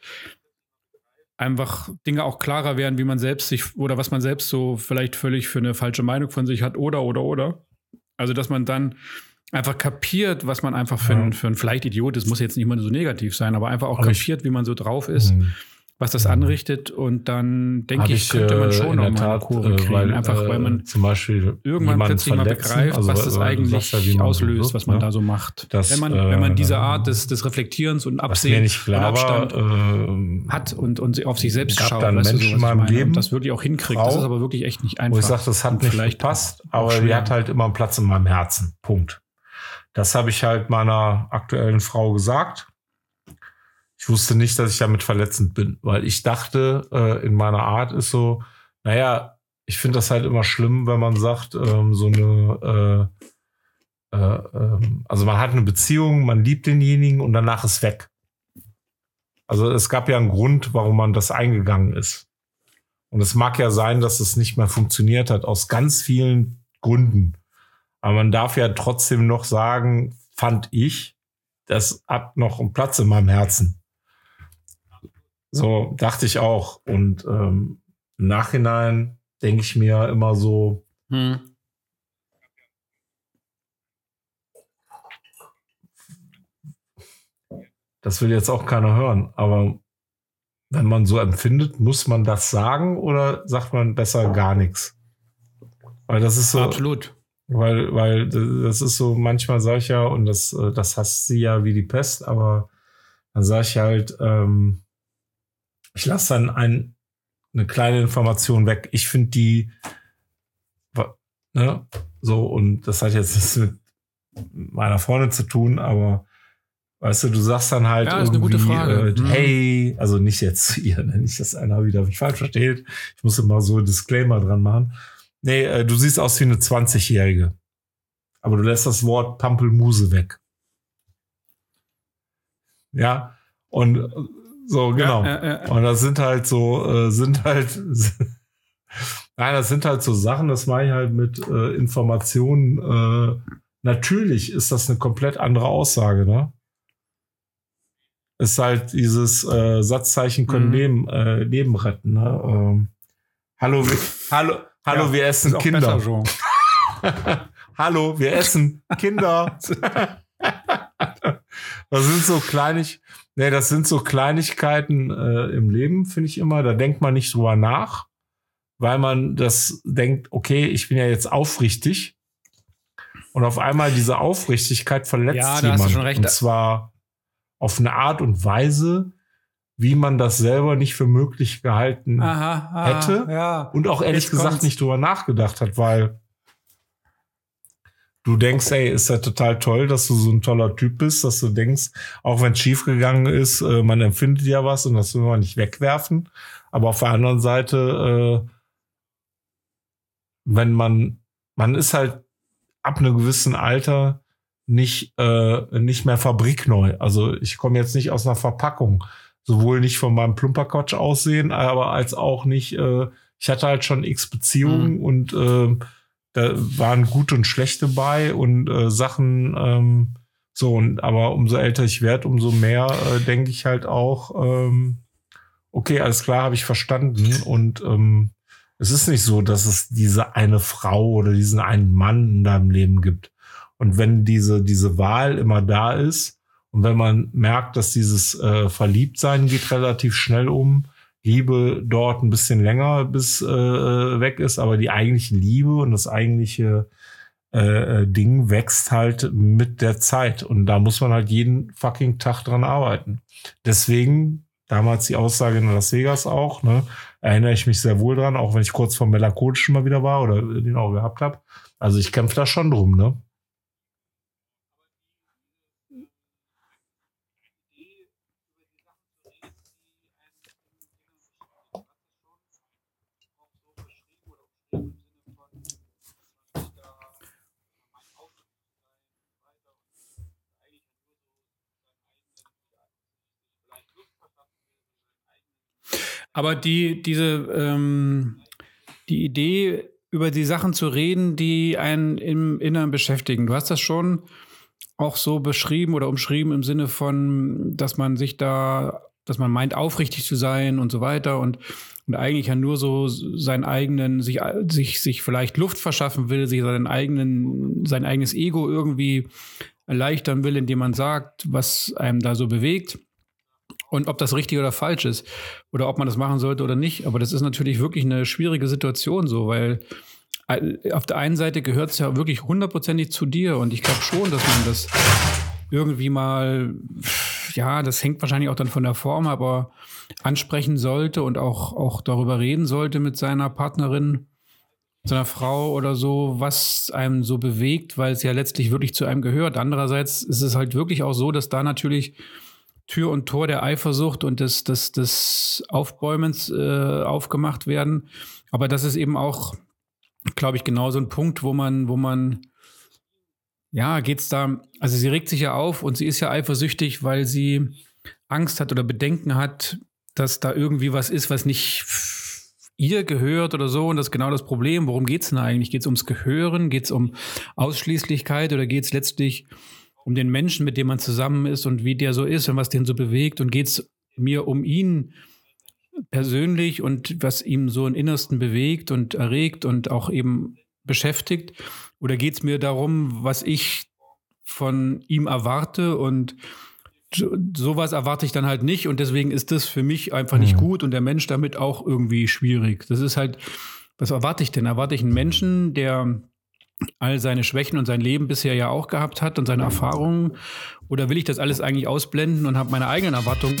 einfach Dinge auch klarer werden, wie man selbst sich oder was man selbst so vielleicht völlig für eine falsche Meinung von sich hat oder, oder, oder. Also, dass man dann einfach kapiert, was man einfach für, ja. ein, für ein vielleicht Idiot ist, muss jetzt nicht immer so negativ sein, aber einfach auch aber kapiert, ich, wie man so drauf ist. Mh. was das anrichtet und dann denke ich, könnte man schon noch mal eine Kurve kriegen, weil, einfach weil man zum Beispiel irgendwann plötzlich mal begreift, also, was das eigentlich ja, auslöst, wird, was man ne? da so macht. Das, wenn man, äh, wenn man diese Art des, des Reflektierens und Absehens und Abstand äh, hat und, und auf sich selbst schaut, dann weißt Menschen du, in meinem Leben und das wirklich auch hinkriegt, Frau, das ist aber wirklich echt nicht einfach. Wo ich sage, das hat nicht gepasst, aber die hat halt immer einen Platz in meinem Herzen. Punkt. Das habe ich halt meiner aktuellen Frau gesagt. Ich wusste nicht, dass ich damit verletzend bin, weil ich dachte, äh, in meiner Art ist so, naja, ich finde das halt immer schlimm, wenn man sagt, ähm, so eine, äh, äh, also man hat eine Beziehung, man liebt denjenigen und danach ist weg. Also es gab ja einen Grund, warum man das eingegangen ist. Und es mag ja sein, dass es nicht mehr funktioniert hat, aus ganz vielen Gründen. Aber man darf ja trotzdem noch sagen, fand ich, das hat noch einen Platz in meinem Herzen. So dachte ich auch. Und ähm, im Nachhinein denke ich mir immer so, hm. das will jetzt auch keiner hören. Aber wenn man so empfindet, muss man das sagen oder sagt man besser gar nichts? Weil das ist so. Absolut. Weil, weil das ist so, manchmal sage ich ja, und das, das hasst sie ja wie die Pest, aber dann sage ich halt, ähm, ich lasse dann ein, eine kleine Information weg. Ich finde die, ne, so, und das hat jetzt nichts mit meiner Freundin zu tun, aber Weißt du, du sagst dann halt ja, ist irgendwie, eine gute Frage. Äh, hey, also nicht jetzt zu ihr, ne? Nicht, dass einer wieder mich falsch versteht. Ich muss immer so ein Disclaimer dran machen. Nee, äh, du siehst aus wie eine zwanzigjährige. Aber du lässt das Wort Pampelmuse weg. Ja, und äh, so, genau. Ja, ja, ja. Und das sind halt so, äh, sind halt, nein, das sind halt so Sachen, das mache ich halt mit äh, Informationen. Äh, natürlich ist das eine komplett andere Aussage, ne? Ist halt dieses äh, Satzzeichen können mhm. Leben, äh, Leben retten. Ne? Ähm, hallo, wir, hallo, hallo, ja, wir essen Kinder. So. Hallo, wir essen Kinder. Das sind so kleinig, nee, das sind so Kleinigkeiten äh, im Leben, finde ich immer. Da denkt man nicht drüber nach, weil man das denkt, okay, ich bin ja jetzt aufrichtig. Und auf einmal diese Aufrichtigkeit verletzt ja, jemand. Hast du schon recht. Und zwar auf eine Art und Weise, wie man das selber nicht für möglich gehalten aha, aha, hätte ja. und auch ehrlich Jetzt gesagt kommt's. nicht drüber nachgedacht hat, weil du denkst, ey, ist ja total toll, dass du so ein toller Typ bist, dass du denkst, auch wenn es schief gegangen ist, äh, man empfindet ja was und das will man nicht wegwerfen. Aber auf der anderen Seite, äh, wenn man, man ist halt ab einem gewissen Alter nicht äh, nicht mehr fabrikneu. Also ich komme jetzt nicht aus einer Verpackung. Sowohl nicht von meinem Plumperquatsch aussehen, aber als auch nicht, äh, ich hatte halt schon x Beziehungen mhm. und äh, da waren gute und schlechte bei und äh, Sachen ähm, so. Und aber umso älter ich werde, umso mehr äh, denke ich halt auch, ähm, okay, alles klar, habe ich verstanden. Und ähm, es ist nicht so, dass es diese eine Frau oder diesen einen Mann in deinem Leben gibt. Und wenn diese, diese Wahl immer da ist und wenn man merkt, dass dieses äh, Verliebtsein geht relativ schnell um, Liebe dort ein bisschen länger bis äh, weg ist, aber die eigentliche Liebe und das eigentliche äh, Ding wächst halt mit der Zeit. Und da muss man halt jeden fucking Tag dran arbeiten. Deswegen, damals die Aussage in Las Vegas auch, ne, erinnere ich mich sehr wohl dran, auch wenn ich kurz vor Melancholischen mal wieder war oder den auch gehabt habe. Also ich kämpfe da schon drum, ne? Aber die, diese, ähm, die Idee, über die Sachen zu reden, die einen im Inneren beschäftigen. Du hast das schon auch so beschrieben oder umschrieben im Sinne von, dass man sich da, dass man meint, aufrichtig zu sein und so weiter und, und eigentlich ja nur so seinen eigenen, sich, sich, sich vielleicht Luft verschaffen will, sich seinen eigenen, sein eigenes Ego irgendwie erleichtern will, indem man sagt, was einem da so bewegt. Und ob das richtig oder falsch ist oder ob man das machen sollte oder nicht. Aber das ist natürlich wirklich eine schwierige Situation so, weil auf der einen Seite gehört es ja wirklich hundertprozentig zu dir. Und ich glaube schon, dass man das irgendwie mal, ja, das hängt wahrscheinlich auch dann von der Form, aber ansprechen sollte und auch, auch darüber reden sollte mit seiner Partnerin, seiner Frau oder so, was einem so bewegt, weil es ja letztlich wirklich zu einem gehört. Andererseits ist es halt wirklich auch so, dass da natürlich Tür und Tor der Eifersucht und des, des, des Aufbäumens äh, aufgemacht werden. Aber das ist eben auch, glaube ich, genau so ein Punkt, wo man, wo man, ja, geht's da, also sie regt sich ja auf und sie ist ja eifersüchtig, weil sie Angst hat oder Bedenken hat, dass da irgendwie was ist, was nicht ihr gehört oder so. Und das ist genau das Problem. Worum geht's denn eigentlich? Geht's ums Gehören? Geht's um Ausschließlichkeit oder geht's letztlich um den Menschen, mit dem man zusammen ist und wie der so ist und was den so bewegt? Und geht es mir um ihn persönlich und was ihm so im Innersten bewegt und erregt und auch eben beschäftigt? Oder geht es mir darum, was ich von ihm erwarte? Und so, sowas erwarte ich dann halt nicht. Und deswegen ist das für mich einfach nicht gut und der Mensch damit auch irgendwie schwierig. Das ist halt, was erwarte ich denn? Erwarte ich einen Menschen, der all seine Schwächen und sein Leben bisher ja auch gehabt hat und seine Erfahrungen? Oder will ich das alles eigentlich ausblenden und habe meine eigenen Erwartungen?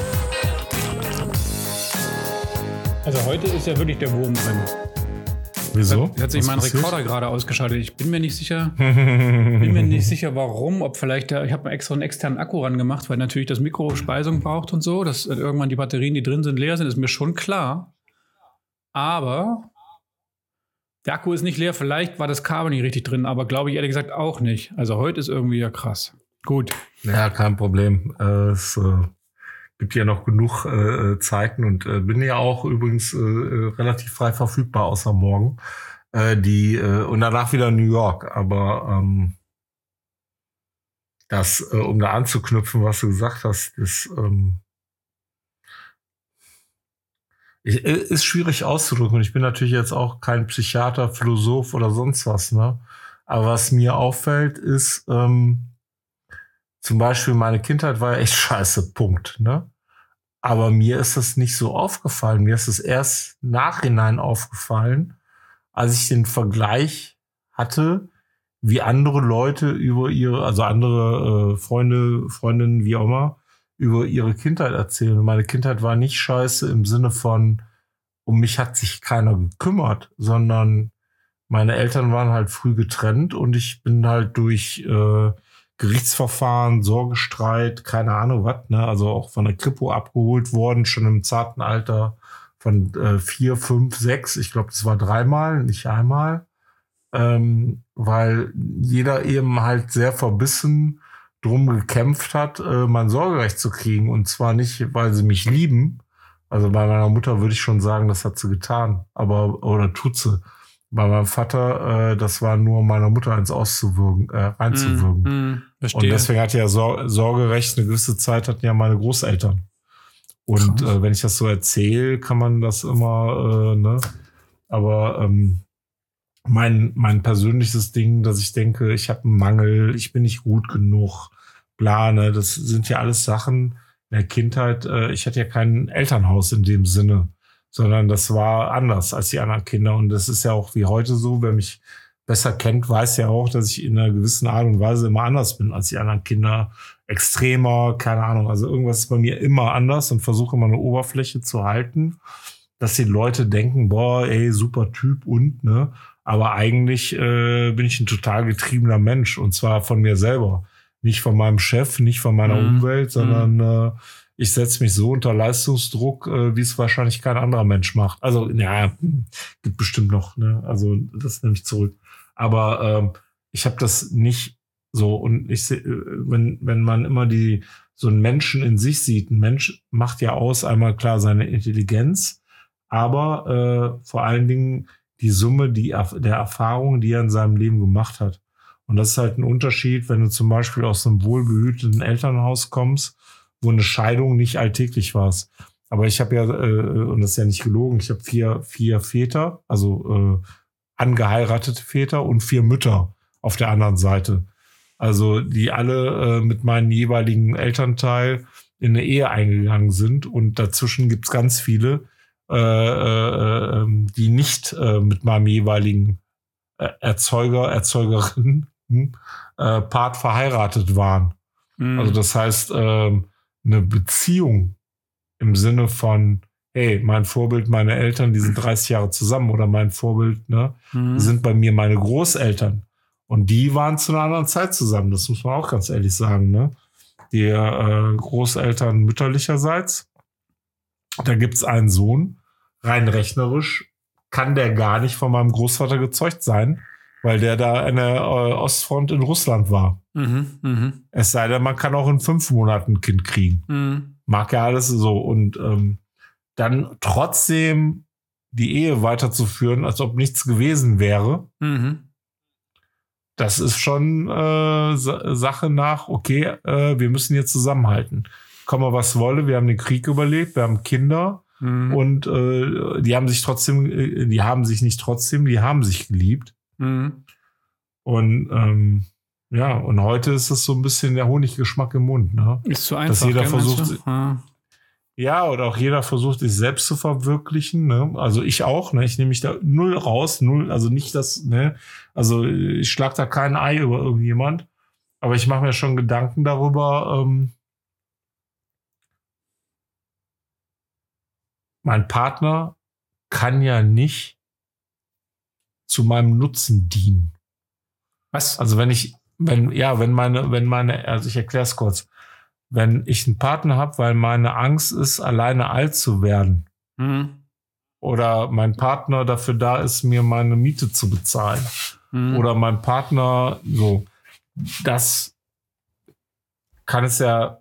Also heute ist ja wirklich der Wurm drin. Wieso? Jetzt hat sich mein Rekorder gerade ausgeschaltet. Ich bin mir nicht sicher, bin mir nicht sicher, warum. Ob vielleicht, der, ich habe mir extra einen externen Akku ran gemacht, weil natürlich das Mikro Speisung braucht und so, dass irgendwann die Batterien, die drin sind, leer sind, ist mir schon klar. Aber der Akku ist nicht leer. Vielleicht war das Kabel nicht richtig drin, aber glaube ich ehrlich gesagt auch nicht. Also heute ist irgendwie ja krass. Gut. Ja, kein Problem. Äh, es äh, gibt ja noch genug äh, Zeiten und äh, bin ja auch übrigens äh, relativ frei verfügbar, außer morgen. Äh, die äh, und danach wieder New York. Aber ähm, das, äh, um da anzuknüpfen, was du gesagt hast, ist ähm, ich, ist schwierig auszudrücken. Und ich bin natürlich jetzt auch kein Psychiater, Philosoph oder sonst was, ne? Aber was mir auffällt, ist ähm, zum Beispiel, meine Kindheit war ja echt scheiße, Punkt, ne? Aber mir ist das nicht so aufgefallen. Mir ist es erst nachhinein aufgefallen, als ich den Vergleich hatte, wie andere Leute über ihre, also andere äh, Freunde, Freundinnen, wie auch immer, über ihre Kindheit erzählen. Und meine Kindheit war nicht scheiße im Sinne von, um mich hat sich keiner gekümmert, sondern meine Eltern waren halt früh getrennt und ich bin halt durch äh, Gerichtsverfahren, Sorgestreit, keine Ahnung was, ne, also auch von der Kripo abgeholt worden, schon im zarten Alter von äh, vier, fünf, sechs, ich glaube, das war dreimal, nicht einmal, ähm, weil jeder eben halt sehr verbissen drum gekämpft hat, äh, mein Sorgerecht zu kriegen, und zwar nicht, weil sie mich lieben, also bei meiner Mutter würde ich schon sagen, das hat sie getan, aber, oder tut sie. Bei meinem Vater, äh, das war nur meiner Mutter eins auszuwirken, äh, reinzuwirken. Mm, mm, und deswegen hatte ja Sor- Sorgerecht eine gewisse Zeit, hatten ja meine Großeltern. Und äh, wenn ich das so erzähle, kann man das immer, äh, ne? Aber ähm, mein, mein persönliches Ding, dass ich denke, ich habe einen Mangel, ich bin nicht gut genug, bla, ne? Das sind ja alles Sachen in der Kindheit. Äh, ich hatte ja kein Elternhaus in dem Sinne, sondern das war anders als die anderen Kinder. Und das ist ja auch wie heute so, wer mich besser kennt, weiß ja auch, dass ich in einer gewissen Art und Weise immer anders bin als die anderen Kinder. Extremer, keine Ahnung. Also irgendwas ist bei mir immer anders und versuche immer eine Oberfläche zu halten, dass die Leute denken, boah, ey, super Typ und, ne? Aber eigentlich äh, bin ich ein total getriebener Mensch, und zwar von mir selber. Nicht von meinem Chef, nicht von meiner mm. Umwelt, sondern mm. äh, ich setze mich so unter Leistungsdruck, äh, wie es wahrscheinlich kein anderer Mensch macht. Also, ja, gibt bestimmt noch, ne? Also, das nehme ich zurück. Aber ähm, ich habe das nicht so. Und ich sehe, wenn, wenn man immer die so einen Menschen in sich sieht, ein Mensch macht ja aus, einmal klar seine Intelligenz, aber äh, vor allen Dingen die Summe die, der Erfahrungen, die er in seinem Leben gemacht hat. Und das ist halt ein Unterschied, wenn du zum Beispiel aus einem wohlbehüteten Elternhaus kommst, wo eine Scheidung nicht alltäglich war. Aber ich habe ja, äh, und das ist ja nicht gelogen, ich habe vier, vier Väter, also äh, angeheiratete Väter und vier Mütter auf der anderen Seite. Also die alle äh, mit meinem jeweiligen Elternteil in eine Ehe eingegangen sind. Und dazwischen gibt's ganz viele, äh, äh, die nicht äh, mit meinem jeweiligen äh, Erzeuger, Erzeugerin äh, Part verheiratet waren. Mhm. Also das heißt, äh, eine Beziehung im Sinne von, hey, mein Vorbild, meine Eltern, die sind dreißig Jahre zusammen, oder mein Vorbild, ne, mhm. sind bei mir meine Großeltern. Und die waren zu einer anderen Zeit zusammen. Das muss man auch ganz ehrlich sagen, ne? Die äh, Großeltern mütterlicherseits. Da gibt's einen Sohn. Rein rechnerisch kann der gar nicht von meinem Großvater gezeugt sein, weil der da an der äh, Ostfront in Russland war. Mhm, mh. Es sei denn, man kann auch in fünf Monaten ein Kind kriegen. Mhm. Mag ja alles so. Und ähm, dann trotzdem die Ehe weiterzuführen, als ob nichts gewesen wäre, mhm. das ist schon äh, Sache nach, okay, äh, wir müssen jetzt zusammenhalten. Komme was wolle, wir haben den Krieg überlebt, wir haben Kinder, mhm. und äh, die haben sich trotzdem, die haben sich nicht trotzdem, die haben sich geliebt. Mhm. Und ähm, ja, und heute ist es so ein bisschen der Honiggeschmack im Mund, ne? Ist zu einfach, dass jeder gell, versucht, ja, oder auch jeder versucht, sich selbst zu verwirklichen, ne? Also ich auch, ne? Ich nehme mich da null raus, null, also nicht das, ne? Also ich schlag da kein Ei über irgendjemand, aber ich mache mir schon Gedanken darüber, ähm, mein Partner kann ja nicht zu meinem Nutzen dienen. Was? Also wenn ich, wenn, ja, wenn meine, wenn meine, also ich erkläre es kurz, wenn ich einen Partner habe, weil meine Angst ist, alleine alt zu werden, Mhm. oder mein Partner dafür da ist, mir meine Miete zu bezahlen, Mhm. oder mein Partner, so, das kann es ja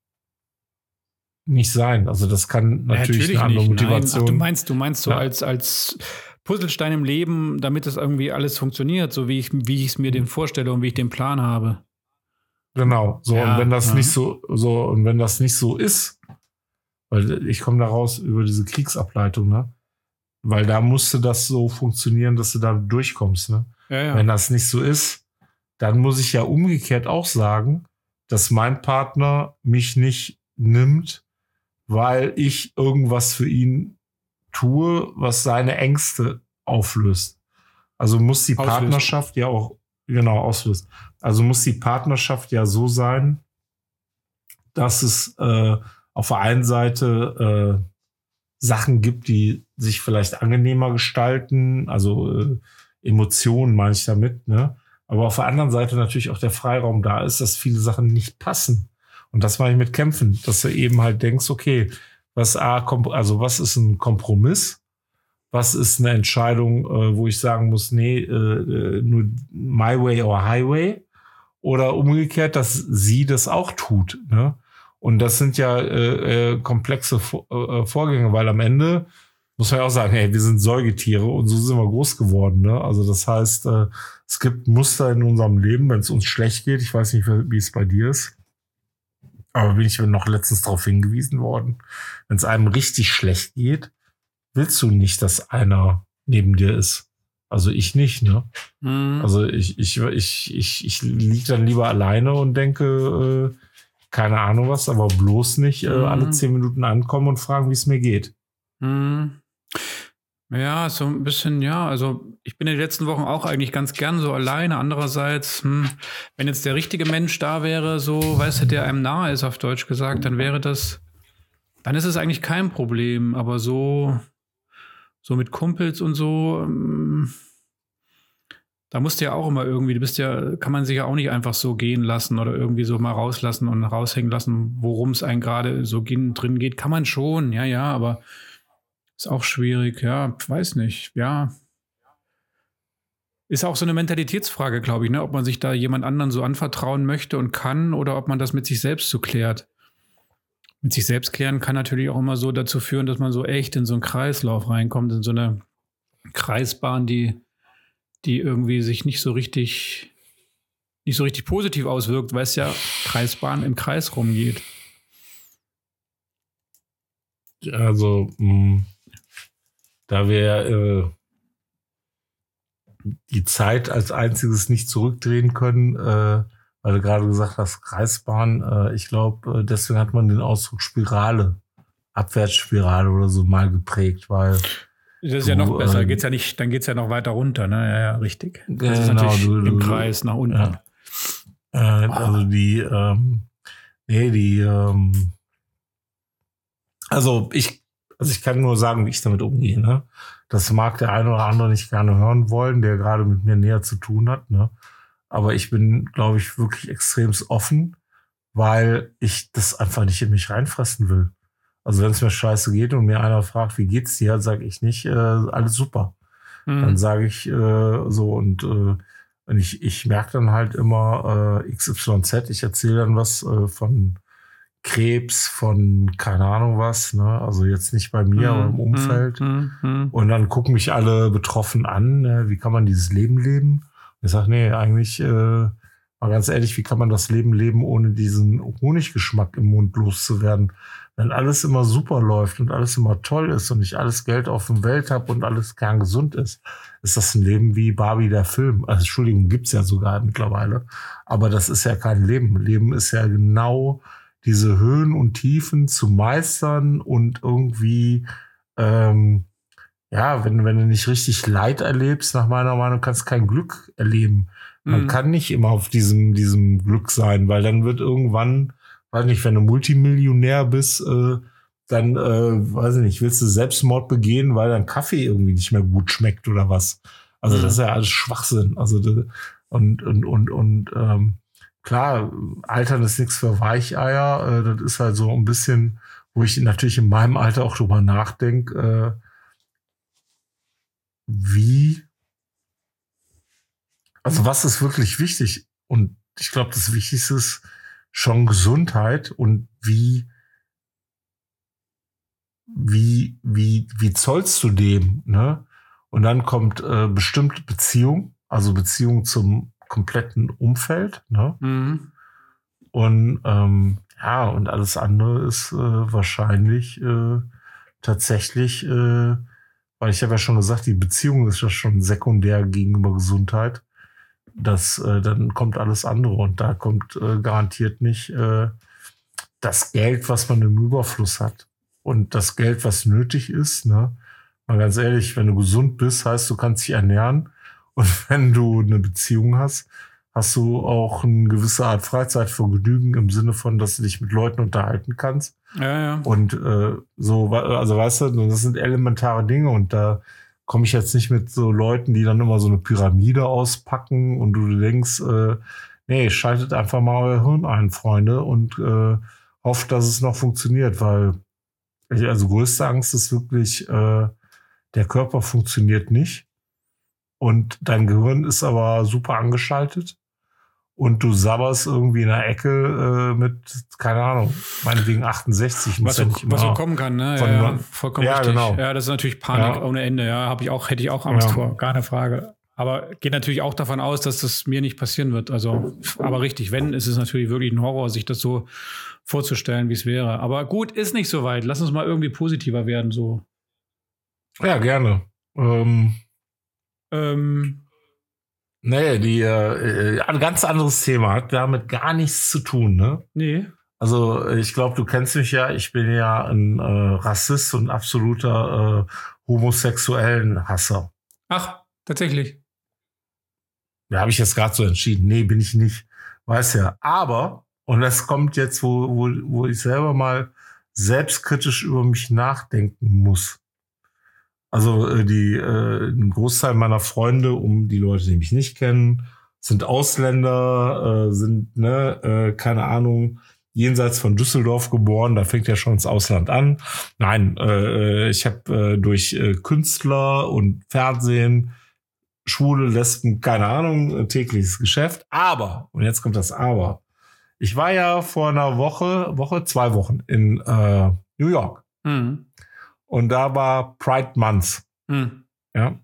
nicht sein. Also das kann natürlich, ja, eine andere nicht. Motivation. Nein. Ach, du meinst, du meinst so Ja. als, als Puzzlestein im Leben, damit es irgendwie alles funktioniert, so wie ich wie ich es mir den vorstelle und wie ich den Plan habe. Genau. So, Ja, und wenn das ja. nicht so, so, und wenn das nicht so ist, weil ich komme da raus über diese Kriegsableitung, ne? Weil da musste das so funktionieren, dass du da durchkommst, ne? Ja, ja. Wenn das nicht so ist, dann muss ich ja umgekehrt auch sagen, dass mein Partner mich nicht nimmt, weil ich irgendwas für ihn tue, was seine Ängste auflöst. Also muss die Auslöst. Partnerschaft ja auch, genau, auslöst. Also muss die Partnerschaft ja so sein, dass es äh, auf der einen Seite äh, Sachen gibt, die sich vielleicht angenehmer gestalten, also äh, Emotionen meine ich damit, ne? Aber auf der anderen Seite natürlich auch der Freiraum da ist, dass viele Sachen nicht passen. Und das meine ich mit Kämpfen, dass du eben halt denkst, okay, was A, kom- also was ist ein Kompromiss? Was ist eine Entscheidung, äh, wo ich sagen muss, nee, äh, nur my way or highway? Oder umgekehrt, dass sie das auch tut, ne? Und das sind ja äh, äh, komplexe Vor- äh, Vorgänge, weil am Ende muss man ja auch sagen, hey, wir sind Säugetiere und so sind wir groß geworden, ne? Also das heißt, äh, es gibt Muster in unserem Leben, wenn es uns schlecht geht. Ich weiß nicht, wie es bei dir ist. Aber bin ich noch letztens darauf hingewiesen worden, wenn es einem richtig schlecht geht, willst du nicht, dass einer neben dir ist. Also ich nicht, ne? Mhm. Also ich, ich, ich, ich, ich liege dann lieber alleine und denke, äh, keine Ahnung was, aber bloß nicht äh, Mhm. alle zehn Minuten ankommen und fragen, wie es mir geht. Mhm. Ja, so ein bisschen, ja. Also ich bin in den letzten Wochen auch eigentlich ganz gern so alleine. Andererseits, hm, wenn jetzt der richtige Mensch da wäre, so, weißt du, der einem nahe ist, auf Deutsch gesagt, dann wäre das, dann ist es eigentlich kein Problem. Aber so, so mit Kumpels und so, ähm, da musst du ja auch immer irgendwie, du bist ja, kann man sich ja auch nicht einfach so gehen lassen oder irgendwie so mal rauslassen und raushängen lassen, worum es einem gerade so gehen, drin geht. Kann man schon, ja, ja, aber ist auch schwierig, ja, weiß nicht, ja. Ist auch so eine Mentalitätsfrage, glaube ich, ne? Ob man sich da jemand anderen so anvertrauen möchte und kann oder ob man das mit sich selbst so klärt. Mit sich selbst klären kann natürlich auch immer so dazu führen, dass man so echt in so einen Kreislauf reinkommt, in so eine Kreisbahn, die, die irgendwie sich nicht so richtig, nicht so richtig positiv auswirkt, weil es ja Kreisbahn im Kreis rumgeht. Also, mh, da wir äh, die Zeit als einziges nicht zurückdrehen können, äh, weil du gerade gesagt hast, Kreisbahn, äh, ich glaube, äh, deswegen hat man den Ausdruck Spirale, Abwärtsspirale oder so mal geprägt, weil Das ist du, ja noch besser, äh, geht's ja nicht, dann geht es ja noch weiter runter, ne? Ja, ja, richtig. Das Genau, ist natürlich du- im du- Kreis nach unten. Ja. Äh, also die, ähm, nee, die, ähm, also ich, also ich kann nur sagen, wie ich damit umgehe, ne? Das mag der eine oder andere nicht gerne hören wollen, der gerade mit mir näher zu tun hat, ne? Aber ich bin, glaube ich, wirklich extremst offen, weil ich das einfach nicht in mich reinfressen will. Also wenn es mir scheiße geht und mir einer fragt, wie geht's dir, sage ich nicht, äh, alles super. Mhm. Dann sage ich äh, so und äh, und ich, ich merke dann halt immer äh, X Y Z, ich erzähle dann was äh, von Krebs, von keine Ahnung was, ne? Also jetzt nicht bei mir, aber im Umfeld. Mhm. Mhm. Und dann gucken mich alle betroffen an, ne? Wie kann man dieses Leben leben? Und ich sage, nee, eigentlich, äh, mal ganz ehrlich, wie kann man das Leben leben, ohne diesen Honiggeschmack im Mund loszuwerden? Wenn alles immer super läuft und alles immer toll ist und ich alles Geld auf der Welt habe und alles kerngesund ist, ist das ein Leben wie Barbie der Film. Also Entschuldigung, gibt's ja sogar mittlerweile. Aber das ist ja kein Leben. Leben ist ja genau diese Höhen und Tiefen zu meistern und irgendwie, ähm, ja, wenn, wenn du nicht richtig Leid erlebst, nach meiner Meinung, kannst du kein Glück erleben. Man Mhm. kann nicht immer auf diesem, diesem Glück sein, weil dann wird irgendwann, weiß nicht, wenn du Multimillionär bist, äh, dann, äh, weiß ich nicht, willst du Selbstmord begehen, weil dein Kaffee irgendwie nicht mehr gut schmeckt oder was. Also das ist ja alles Schwachsinn. Also und und und und ähm, klar, Altern ist nichts für Weicheier. Äh, das ist halt so ein bisschen, wo ich natürlich in meinem Alter auch drüber nachdenke, äh, wie, also was ist wirklich wichtig? Und ich glaube, das Wichtigste ist schon Gesundheit und wie wie wie wie zollst du dem, ne? Und dann kommt äh, bestimmte Beziehung, also Beziehung zum kompletten Umfeld, ne? Mhm. Und ähm, ja, und alles andere ist äh, wahrscheinlich äh, tatsächlich, äh, weil ich habe ja schon gesagt, die Beziehung ist ja schon sekundär gegenüber Gesundheit. Das, äh, dann kommt alles andere und da kommt äh, garantiert nicht äh, das Geld, was man im Überfluss hat und das Geld, was nötig ist, ne? Mal ganz ehrlich, wenn du gesund bist, heißt, du kannst dich ernähren. Und wenn du eine Beziehung hast, hast du auch eine gewisse Art Freizeit für Genügen im Sinne von, dass du dich mit Leuten unterhalten kannst. Ja, ja. Und äh, so, also weißt du, das sind elementare Dinge und da komme ich jetzt nicht mit so Leuten, die dann immer so eine Pyramide auspacken und du denkst, äh, nee, schaltet einfach mal euer Hirn ein, Freunde, und äh, hofft, dass es noch funktioniert, weil also größte Angst ist wirklich, äh, der Körper funktioniert nicht und dein Gehirn ist aber super angeschaltet und du sabberst irgendwie in der Ecke äh, mit, keine Ahnung, meinetwegen achtundsechzig. Was, ja so, was so kommen kann, ne? Von, ja, ja, vollkommen ja, richtig. genau. Ja, das ist natürlich Panik Ja. ohne Ende. Ja, habe ich auch, hätte ich auch Angst Ja. vor, gar keine Frage. Aber geht natürlich auch davon aus, dass das mir nicht passieren wird. Also, aber richtig, wenn, ist es natürlich wirklich ein Horror, sich das so vorzustellen, wie es wäre. Aber gut, ist nicht so weit. Lass uns mal irgendwie positiver werden, so. Ja, gerne. Ähm, Ähm, nee, die, äh, ein ganz anderes Thema, hat damit gar nichts zu tun, ne? nee. Also ich glaube, du kennst mich ja, ich bin ja ein äh, Rassist und absoluter äh, homosexuellen Hasser. Ach, tatsächlich. Da habe ich jetzt gerade so entschieden. Nee, bin ich nicht. Weiß ja. Aber, und das kommt jetzt, wo, wo, wo ich selber mal selbstkritisch über mich nachdenken muss. Also äh, die äh, ein Großteil meiner Freunde, um die Leute, die mich nicht kennen, sind Ausländer, äh, sind, ne, äh, keine Ahnung, jenseits von Düsseldorf geboren. Da fängt ja schon das Ausland an. Nein, äh, ich habe äh, durch äh, Künstler und Fernsehen, Schwule, Lesben, keine Ahnung, ein tägliches Geschäft. Aber, und jetzt kommt das Aber, ich war ja vor einer Woche, Woche, zwei Wochen in äh, New York. Mhm. Und da war Pride Month. Mhm. Ja.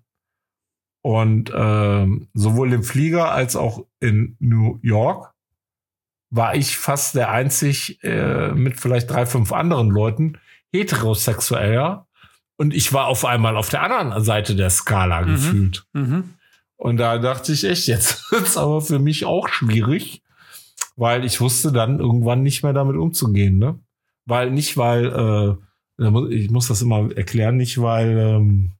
Und ähm, sowohl im Flieger als auch in New York war ich fast der einzig äh, mit vielleicht drei, fünf anderen Leuten heterosexueller. Und ich war auf einmal auf der anderen Seite der Skala Mhm. gefühlt. Mhm. Und da dachte ich echt, jetzt wird's aber für mich auch schwierig, weil ich wusste dann irgendwann nicht mehr damit umzugehen, ne? Weil nicht, weil, äh, ich muss das immer erklären, nicht, weil ähm,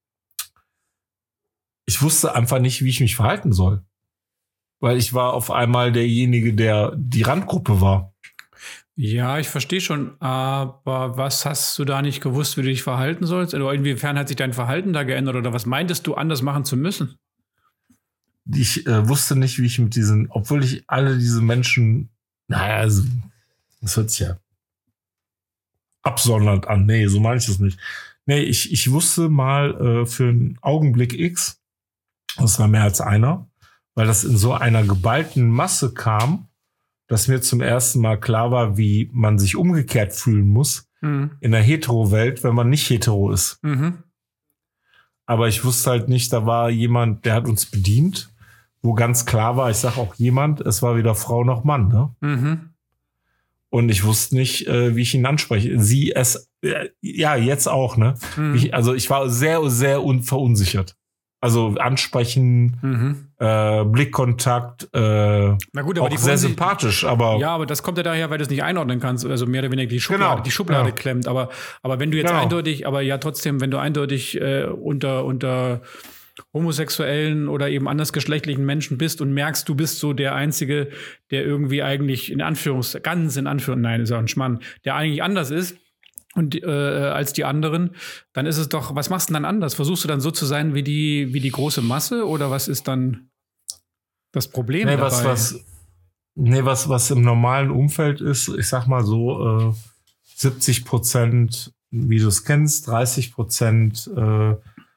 ich wusste einfach nicht, wie ich mich verhalten soll. Weil ich war auf einmal derjenige, der die Randgruppe war. Ja, ich verstehe schon, aber was hast du da nicht gewusst, wie du dich verhalten sollst? Oder inwiefern hat sich dein Verhalten da geändert oder was meintest du anders machen zu müssen? Ich äh, wusste nicht, wie ich mit diesen, obwohl ich alle diese Menschen, naja, also, das hört sich ja absondernd an. Nee, so meine ich das nicht. Nee, ich, ich wusste mal äh, für einen Augenblick X, das war mehr als einer, weil das in so einer geballten Masse kam, dass mir zum ersten Mal klar war, wie man sich umgekehrt fühlen muss Mhm. in der Hetero-Welt, wenn man nicht hetero ist. Mhm. Aber ich wusste halt nicht, da war jemand, der hat uns bedient, wo ganz klar war, ich sage auch jemand, es war weder Frau noch Mann, ne? Mhm. Und ich wusste nicht, äh, wie ich ihn anspreche. Sie, es, äh, ja, jetzt auch, ne? Mhm. Ich, also ich war sehr, sehr un verunsichert. Also ansprechen, Mhm. äh, Blickkontakt, äh, Na gut, aber auch die sehr Verunsi- sympathisch, aber Ja, aber das kommt ja daher, weil du es nicht einordnen kannst, also mehr oder weniger die Schublade, Genau, die Schublade ja. klemmt. Aber, aber wenn du jetzt Genau. eindeutig, aber ja trotzdem, wenn du eindeutig äh, unter, unter homosexuellen oder eben andersgeschlechtlichen Menschen bist und merkst, du bist so der Einzige, der irgendwie eigentlich in Anführungs, ganz in Anführungs, nein, ist ja ein Schmarrn, der eigentlich anders ist, und äh, als die anderen, dann ist es doch, was machst du denn dann anders? Versuchst du dann so zu sein wie die, wie die große Masse oder was ist dann das Problem nee, dabei? Was, was, nee, was, was im normalen Umfeld ist, ich sag mal so, äh, siebzig Prozent, wie du es kennst, dreißig Prozent äh,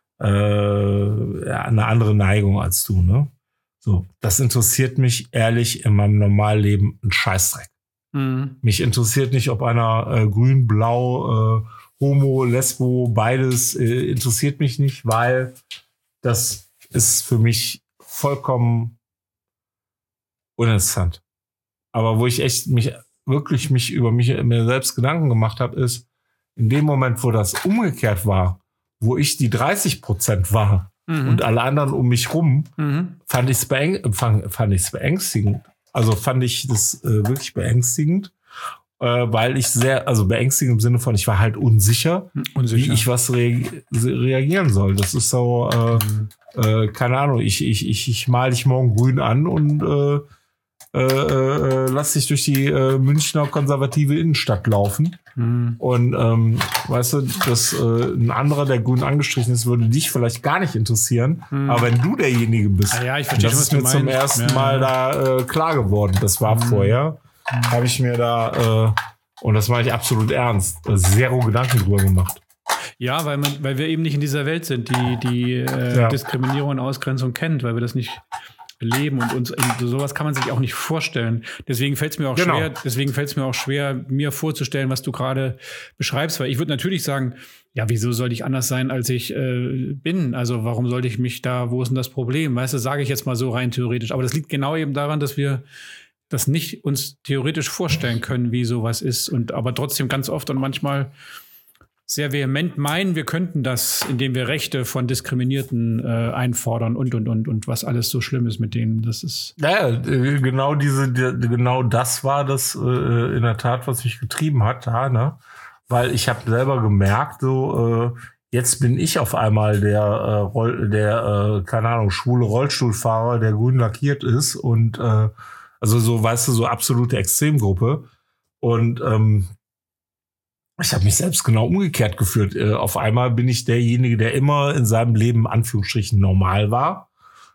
äh, ja, eine andere Neigung als du, ne? So, das interessiert mich ehrlich in meinem Normalleben ein Scheißdreck. Mhm. Mich interessiert nicht, ob einer äh, grün, blau, äh, homo, lesbo, beides äh, interessiert mich nicht, weil das ist für mich vollkommen uninteressant. Aber wo ich echt mich wirklich mich über mich mir selbst Gedanken gemacht habe, ist in dem Moment, wo das umgekehrt war, wo ich die dreißig Prozent war mhm. und alle anderen um mich rum, mhm. fand ich es beäng- fand, fand ich's beängstigend. Also fand ich das äh, wirklich beängstigend, äh, weil ich sehr, also beängstigend im Sinne von, ich war halt unsicher, unsicher. wie ich was re- reagieren soll. Das ist so, äh, mhm. äh, keine Ahnung, ich, ich, ich, ich mal dich morgen grün an und äh, äh, äh, lass dich durch die äh, Münchner konservative Innenstadt laufen. Mhm. Und ähm, weißt du, dass äh, ein anderer, der grün angestrichen ist, würde dich vielleicht gar nicht interessieren. Mhm. Aber wenn du derjenige bist, ah ja, ich verstehe, das ist mir zum ersten ja. Mal da äh, klar geworden. Das war mhm. vorher, mhm. habe ich mir da, äh, und das meine ich absolut ernst, zero Gedanken drüber gemacht. Ja, weil, man, weil wir eben nicht in dieser Welt sind, die, die äh, ja. Diskriminierung und Ausgrenzung kennt, weil wir das nicht leben und uns sowas kann man sich auch nicht vorstellen. Deswegen fällt es mir auch genau. schwer, deswegen fällt es mir auch schwer, mir vorzustellen, was du gerade beschreibst, weil ich würde natürlich sagen, ja, wieso soll ich anders sein, als ich äh, bin? Also warum sollte ich mich da, wo ist denn das Problem? Weißt du, sage ich jetzt mal so rein theoretisch. Aber das liegt genau eben daran, dass wir das nicht uns theoretisch vorstellen können, wie sowas ist und aber trotzdem ganz oft und manchmal sehr vehement meinen, wir könnten das, indem wir Rechte von Diskriminierten äh, einfordern und, und, und, und was alles so schlimm ist mit denen. Das ist. Naja, genau diese, genau das war das äh, in der Tat, was mich getrieben hat, ja, ne? Weil ich habe selber gemerkt, so, äh, jetzt bin ich auf einmal der, äh, Roll, der, äh, keine Ahnung, schwule Rollstuhlfahrer, der grün lackiert ist und, äh, also so, weißt du, so absolute Extremgruppe. Und, ähm, ich habe mich selbst genau umgekehrt gefühlt. Äh, auf einmal bin ich derjenige, der immer in seinem Leben Anführungsstrichen normal war.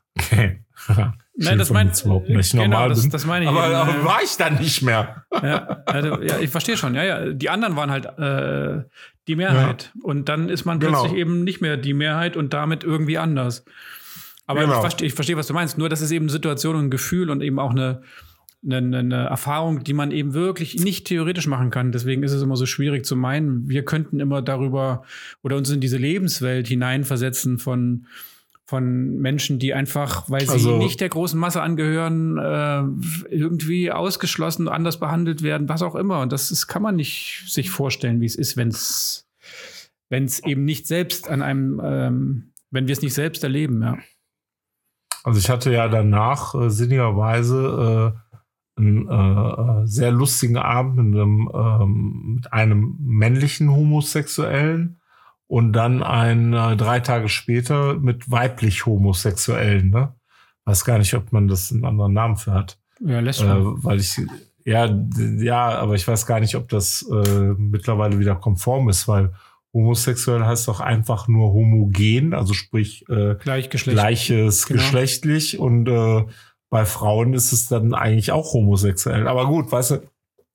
Nein, das meine ich überhaupt nicht genau, normal das, bin. Das meine ich. Aber, eben, aber war ich dann nicht mehr. Ja, also, ja, ich verstehe schon. Ja, ja, die anderen waren halt äh, die Mehrheit. Ja. Und dann ist man plötzlich genau. eben nicht mehr die Mehrheit und damit irgendwie anders. Aber genau. ich verstehe, ich verstehe, was du meinst. Nur das ist eben Situation und ein Gefühl und eben auch eine Eine, eine Erfahrung, die man eben wirklich nicht theoretisch machen kann. Deswegen ist es immer so schwierig zu meinen, wir könnten immer darüber oder uns in diese Lebenswelt hineinversetzen von, von Menschen, die einfach, weil sie also, nicht der großen Masse angehören, äh, irgendwie ausgeschlossen, anders behandelt werden, was auch immer. Und das ist, kann man nicht sich vorstellen, wie es ist, wenn es wenn es eben nicht selbst an einem, ähm, wenn wir es nicht selbst erleben, ja. Also ich hatte ja danach äh, sinnigerweise äh, einen äh, sehr lustigen Abend mit einem, ähm, mit einem männlichen Homosexuellen und dann ein äh, drei Tage später mit weiblich Homosexuellen. Ne? Weiß gar nicht, ob man das einen anderen Namen für hat. Ja, lässt äh, weil ich ja ja, aber ich weiß gar nicht, ob das äh, mittlerweile wieder konform ist, weil homosexuell heißt doch einfach nur homogen, also sprich äh, gleiches genau. geschlechtlich und äh, bei Frauen ist es dann eigentlich auch homosexuell. Aber gut, weißt du,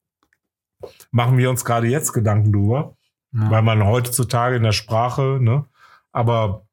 machen wir uns gerade jetzt Gedanken drüber, ja. weil man heutzutage in der Sprache, ne, aber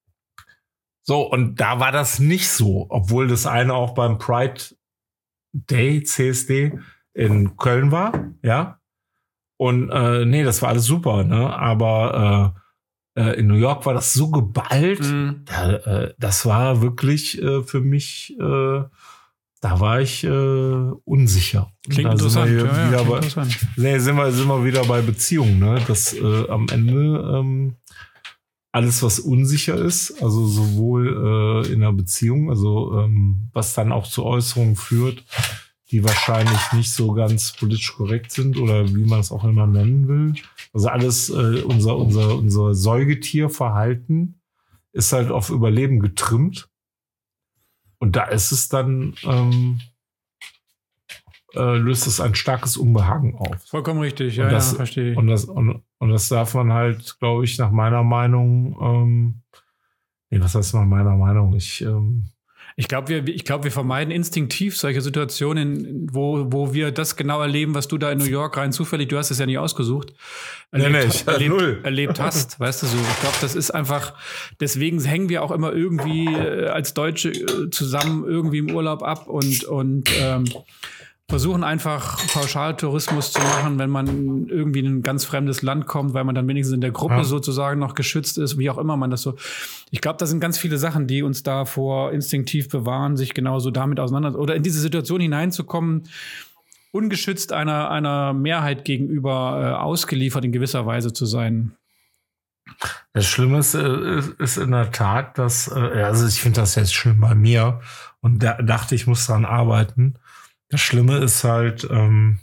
so, und da war das nicht so, obwohl das eine auch beim Pride Day, C S D, in Köln war, ja. Und äh, nee, das war alles super, ne, aber äh, in New York war das so geballt, mm. da, äh, das war wirklich äh, für mich, äh, da war ich äh, unsicher. Klingt da interessant. Sind wir, ja, wieder ja, bei, interessant. Nee, sind wir, sind wir wieder bei Beziehungen, ne? Dass äh, am Ende ähm, alles, was unsicher ist, also sowohl äh, in einer Beziehung, also ähm, was dann auch zu Äußerungen führt, die wahrscheinlich nicht so ganz politisch korrekt sind oder wie man es auch immer nennen will. Also alles, äh, unser, unser, unser Säugetierverhalten ist halt auf Überleben getrimmt. Und da ist es dann, ähm, äh, löst es ein starkes Unbehagen auf. Vollkommen richtig, ja, und das, ja, verstehe ich. Und das, und, und das darf man halt, glaube ich, nach meiner Meinung, ähm, nee, was heißt nach meiner Meinung? Ich, ähm, Ich glaube, wir, ich glaub, wir vermeiden instinktiv solche Situationen, wo, wo wir das genau erleben, was du da in New York rein zufällig, du hast es ja nicht ausgesucht, erlebt, nee, nee, ich, erlebt, null. erlebt hast, weißt du so. Ich glaube, das ist einfach, deswegen hängen wir auch immer irgendwie äh, als Deutsche äh, zusammen irgendwie im Urlaub ab und, und ähm, versuchen einfach Pauschaltourismus zu machen, wenn man irgendwie in ein ganz fremdes Land kommt, weil man dann wenigstens in der Gruppe ja. sozusagen noch geschützt ist, wie auch immer man das so. Ich glaube, das sind ganz viele Sachen, die uns davor instinktiv bewahren, sich genauso damit auseinander oder in diese Situation hineinzukommen, ungeschützt einer, einer Mehrheit gegenüber äh, ausgeliefert in gewisser Weise zu sein. Das Schlimme ist, ist, ist in der Tat, dass, also ich finde das jetzt schlimm bei mir und da dachte, ich muss dran arbeiten. Das Schlimme ist halt, ähm,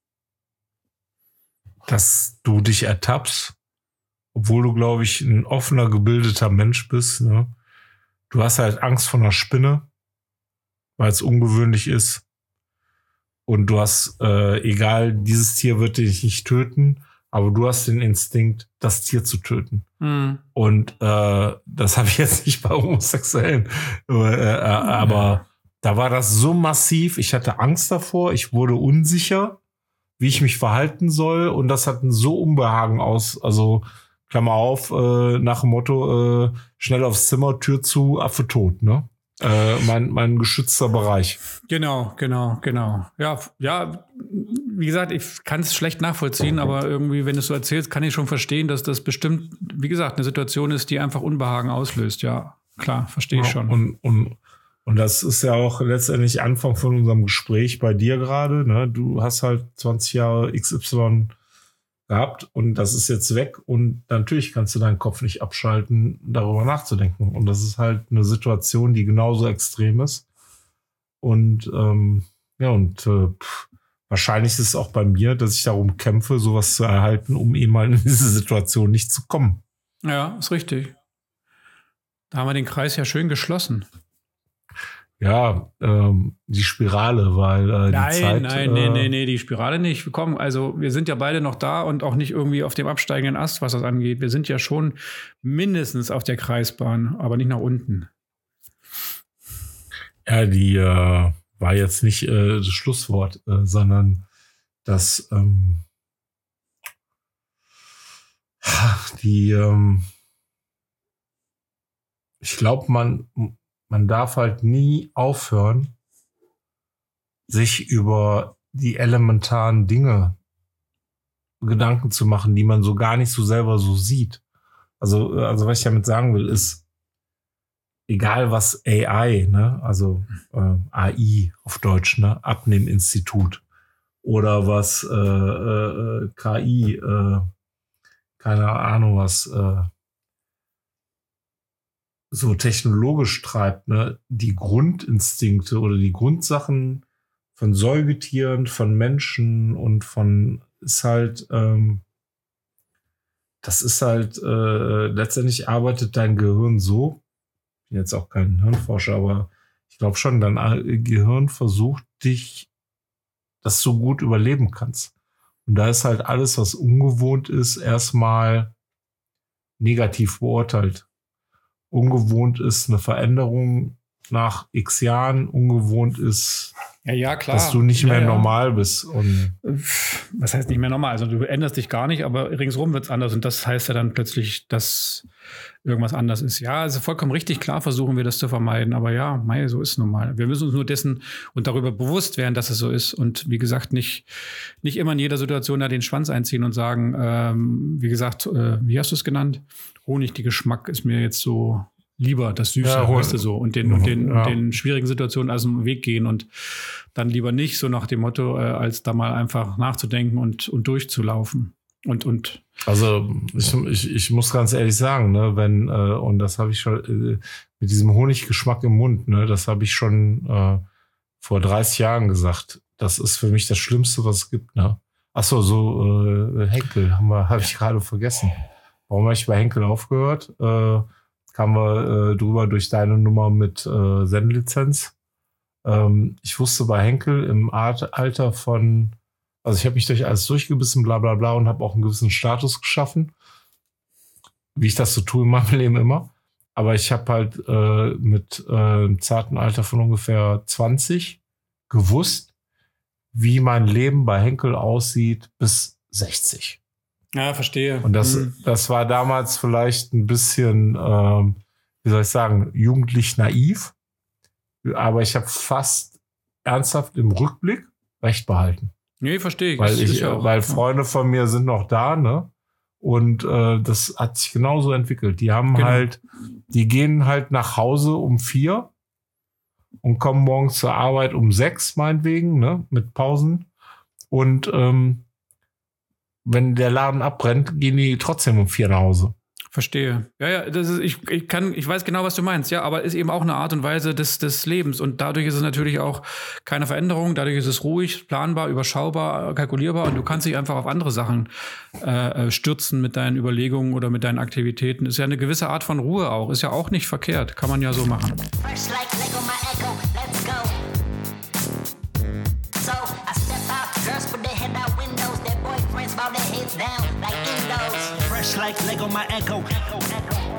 dass du dich ertappst, obwohl du, glaube ich, ein offener, gebildeter Mensch bist. Ne? Du hast halt Angst vor einer Spinne, weil es ungewöhnlich ist. Und du hast, äh, egal, dieses Tier wird dich nicht töten, aber du hast den Instinkt, das Tier zu töten. Mhm. Und äh, das habe ich jetzt nicht bei Homosexuellen. Äh, äh, aber da war das so massiv, ich hatte Angst davor, ich wurde unsicher, wie ich mich verhalten soll und das hat ein so Unbehagen aus, also Klammer auf, äh, nach dem Motto, äh, schnell aufs Zimmer, Tür zu, Affe tot, ne? Äh, mein, mein geschützter Bereich. Genau, genau, genau. Ja, ja, wie gesagt, ich kann es schlecht nachvollziehen, aber irgendwie, wenn du es so erzählst, kann ich schon verstehen, dass das bestimmt, wie gesagt, eine Situation ist, die einfach Unbehagen auslöst. Ja, klar, verstehe ich ja, schon. Und, und Und das ist ja auch letztendlich Anfang von unserem Gespräch bei dir gerade. Ne? Du hast halt zwanzig Jahre X Y gehabt und das ist jetzt weg. Und natürlich kannst du deinen Kopf nicht abschalten, darüber nachzudenken. Und das ist halt eine Situation, die genauso extrem ist. Und ähm, ja, und äh, pff, wahrscheinlich ist es auch bei mir, dass ich darum kämpfe, sowas zu erhalten, um eben mal in diese Situation nicht zu kommen. Ja, ist richtig. Da haben wir den Kreis ja schön geschlossen. Ja, ähm, die Spirale, weil äh, die nein, Zeit... Nein, nein, nee, nee, nee, die Spirale nicht. Komm, also wir sind ja beide noch da und auch nicht irgendwie auf dem absteigenden Ast, was das angeht. Wir sind ja schon mindestens auf der Kreisbahn, aber nicht nach unten. Ja, die äh, war jetzt nicht äh, das Schlusswort, äh, sondern das ähm, die ähm, ich glaube, man Man darf halt nie aufhören, sich über die elementaren Dinge Gedanken zu machen, die man so gar nicht so selber so sieht. Also, also was ich damit sagen will, ist, egal was A I, ne, also äh, A I auf Deutsch, ne, Abnehminstitut, oder was äh, äh, K I, äh, keine Ahnung was, äh, so technologisch treibt, ne, die Grundinstinkte oder die Grundsachen von Säugetieren, von Menschen und von ist halt, ähm, das ist halt, äh, letztendlich arbeitet dein Gehirn so, ich bin jetzt auch kein Hirnforscher, aber ich glaube schon, dein Gehirn versucht dich, dass du gut überleben kannst. Und da ist halt alles, was ungewohnt ist, erstmal negativ beurteilt. Ungewohnt ist eine Veränderung nach x Jahren, ungewohnt ist, ja, ja, klar, dass du nicht mehr ja, ja. normal bist. Und was heißt nicht mehr normal? Also du änderst dich gar nicht, aber ringsrum wird es anders und das heißt ja dann plötzlich, dass irgendwas anders ist. Ja, also vollkommen richtig, klar versuchen wir das zu vermeiden, aber ja, mei, so ist es nun mal. Wir müssen uns nur dessen und darüber bewusst werden, dass es so ist und wie gesagt, nicht, nicht immer in jeder Situation da den Schwanz einziehen und sagen, ähm, wie gesagt, äh, wie hast du es genannt? Honig, der Geschmack ist mir jetzt so lieber, das Süße, ja, weißt du so, und den, und den, ja. und den schwierigen Situationen aus dem Weg gehen und dann lieber nicht, so nach dem Motto, äh, als da mal einfach nachzudenken und, und durchzulaufen. Und, und. Also, ich, ich, ich muss ganz ehrlich sagen, ne, wenn, äh, und das habe ich schon, äh, mit diesem Honiggeschmack im Mund, ne, das habe ich schon äh, vor dreißig Jahren gesagt. Das ist für mich das Schlimmste, was es gibt, ne. Ach so, so, äh, Henkel haben wir, habe ich gerade vergessen. Warum habe ich bei Henkel aufgehört? Äh, kamen wir äh, drüber durch deine Nummer mit äh, Sendelizenz. Ähm, ich wusste bei Henkel im Alter von, also ich habe mich durch alles durchgebissen, bla bla bla, und habe auch einen gewissen Status geschaffen, wie ich das so tue in meinem Leben immer. Aber ich habe halt äh, mit äh, einem zarten Alter von ungefähr zwanzig gewusst, wie mein Leben bei Henkel aussieht bis sechzig. Ja, verstehe. Und das, hm. das war damals vielleicht ein bisschen, ähm, wie soll ich sagen, jugendlich naiv. Aber ich habe fast ernsthaft im Rückblick recht behalten. Nee, verstehe ich. Weil, ich, ja auch, weil Freunde von mir sind noch da, ne? Und äh, das hat sich genauso entwickelt. Die haben genau. halt, die gehen halt nach Hause um vier und kommen morgens zur Arbeit um sechs, meinetwegen, ne? Mit Pausen. Und ähm, wenn der Laden abbrennt, gehen die trotzdem um vier nach Hause. Verstehe. Ja, ja, das ist, ich, ich kann, ich weiß genau, was du meinst, ja, aber ist eben auch eine Art und Weise des, des Lebens. Und dadurch ist es natürlich auch keine Veränderung, dadurch ist es ruhig, planbar, überschaubar, kalkulierbar, und du kannst dich einfach auf andere Sachen äh, stürzen mit deinen Überlegungen oder mit deinen Aktivitäten. Ist ja eine gewisse Art von Ruhe auch, ist ja auch nicht verkehrt, kann man ja so machen. Fresh like Lego, my echo.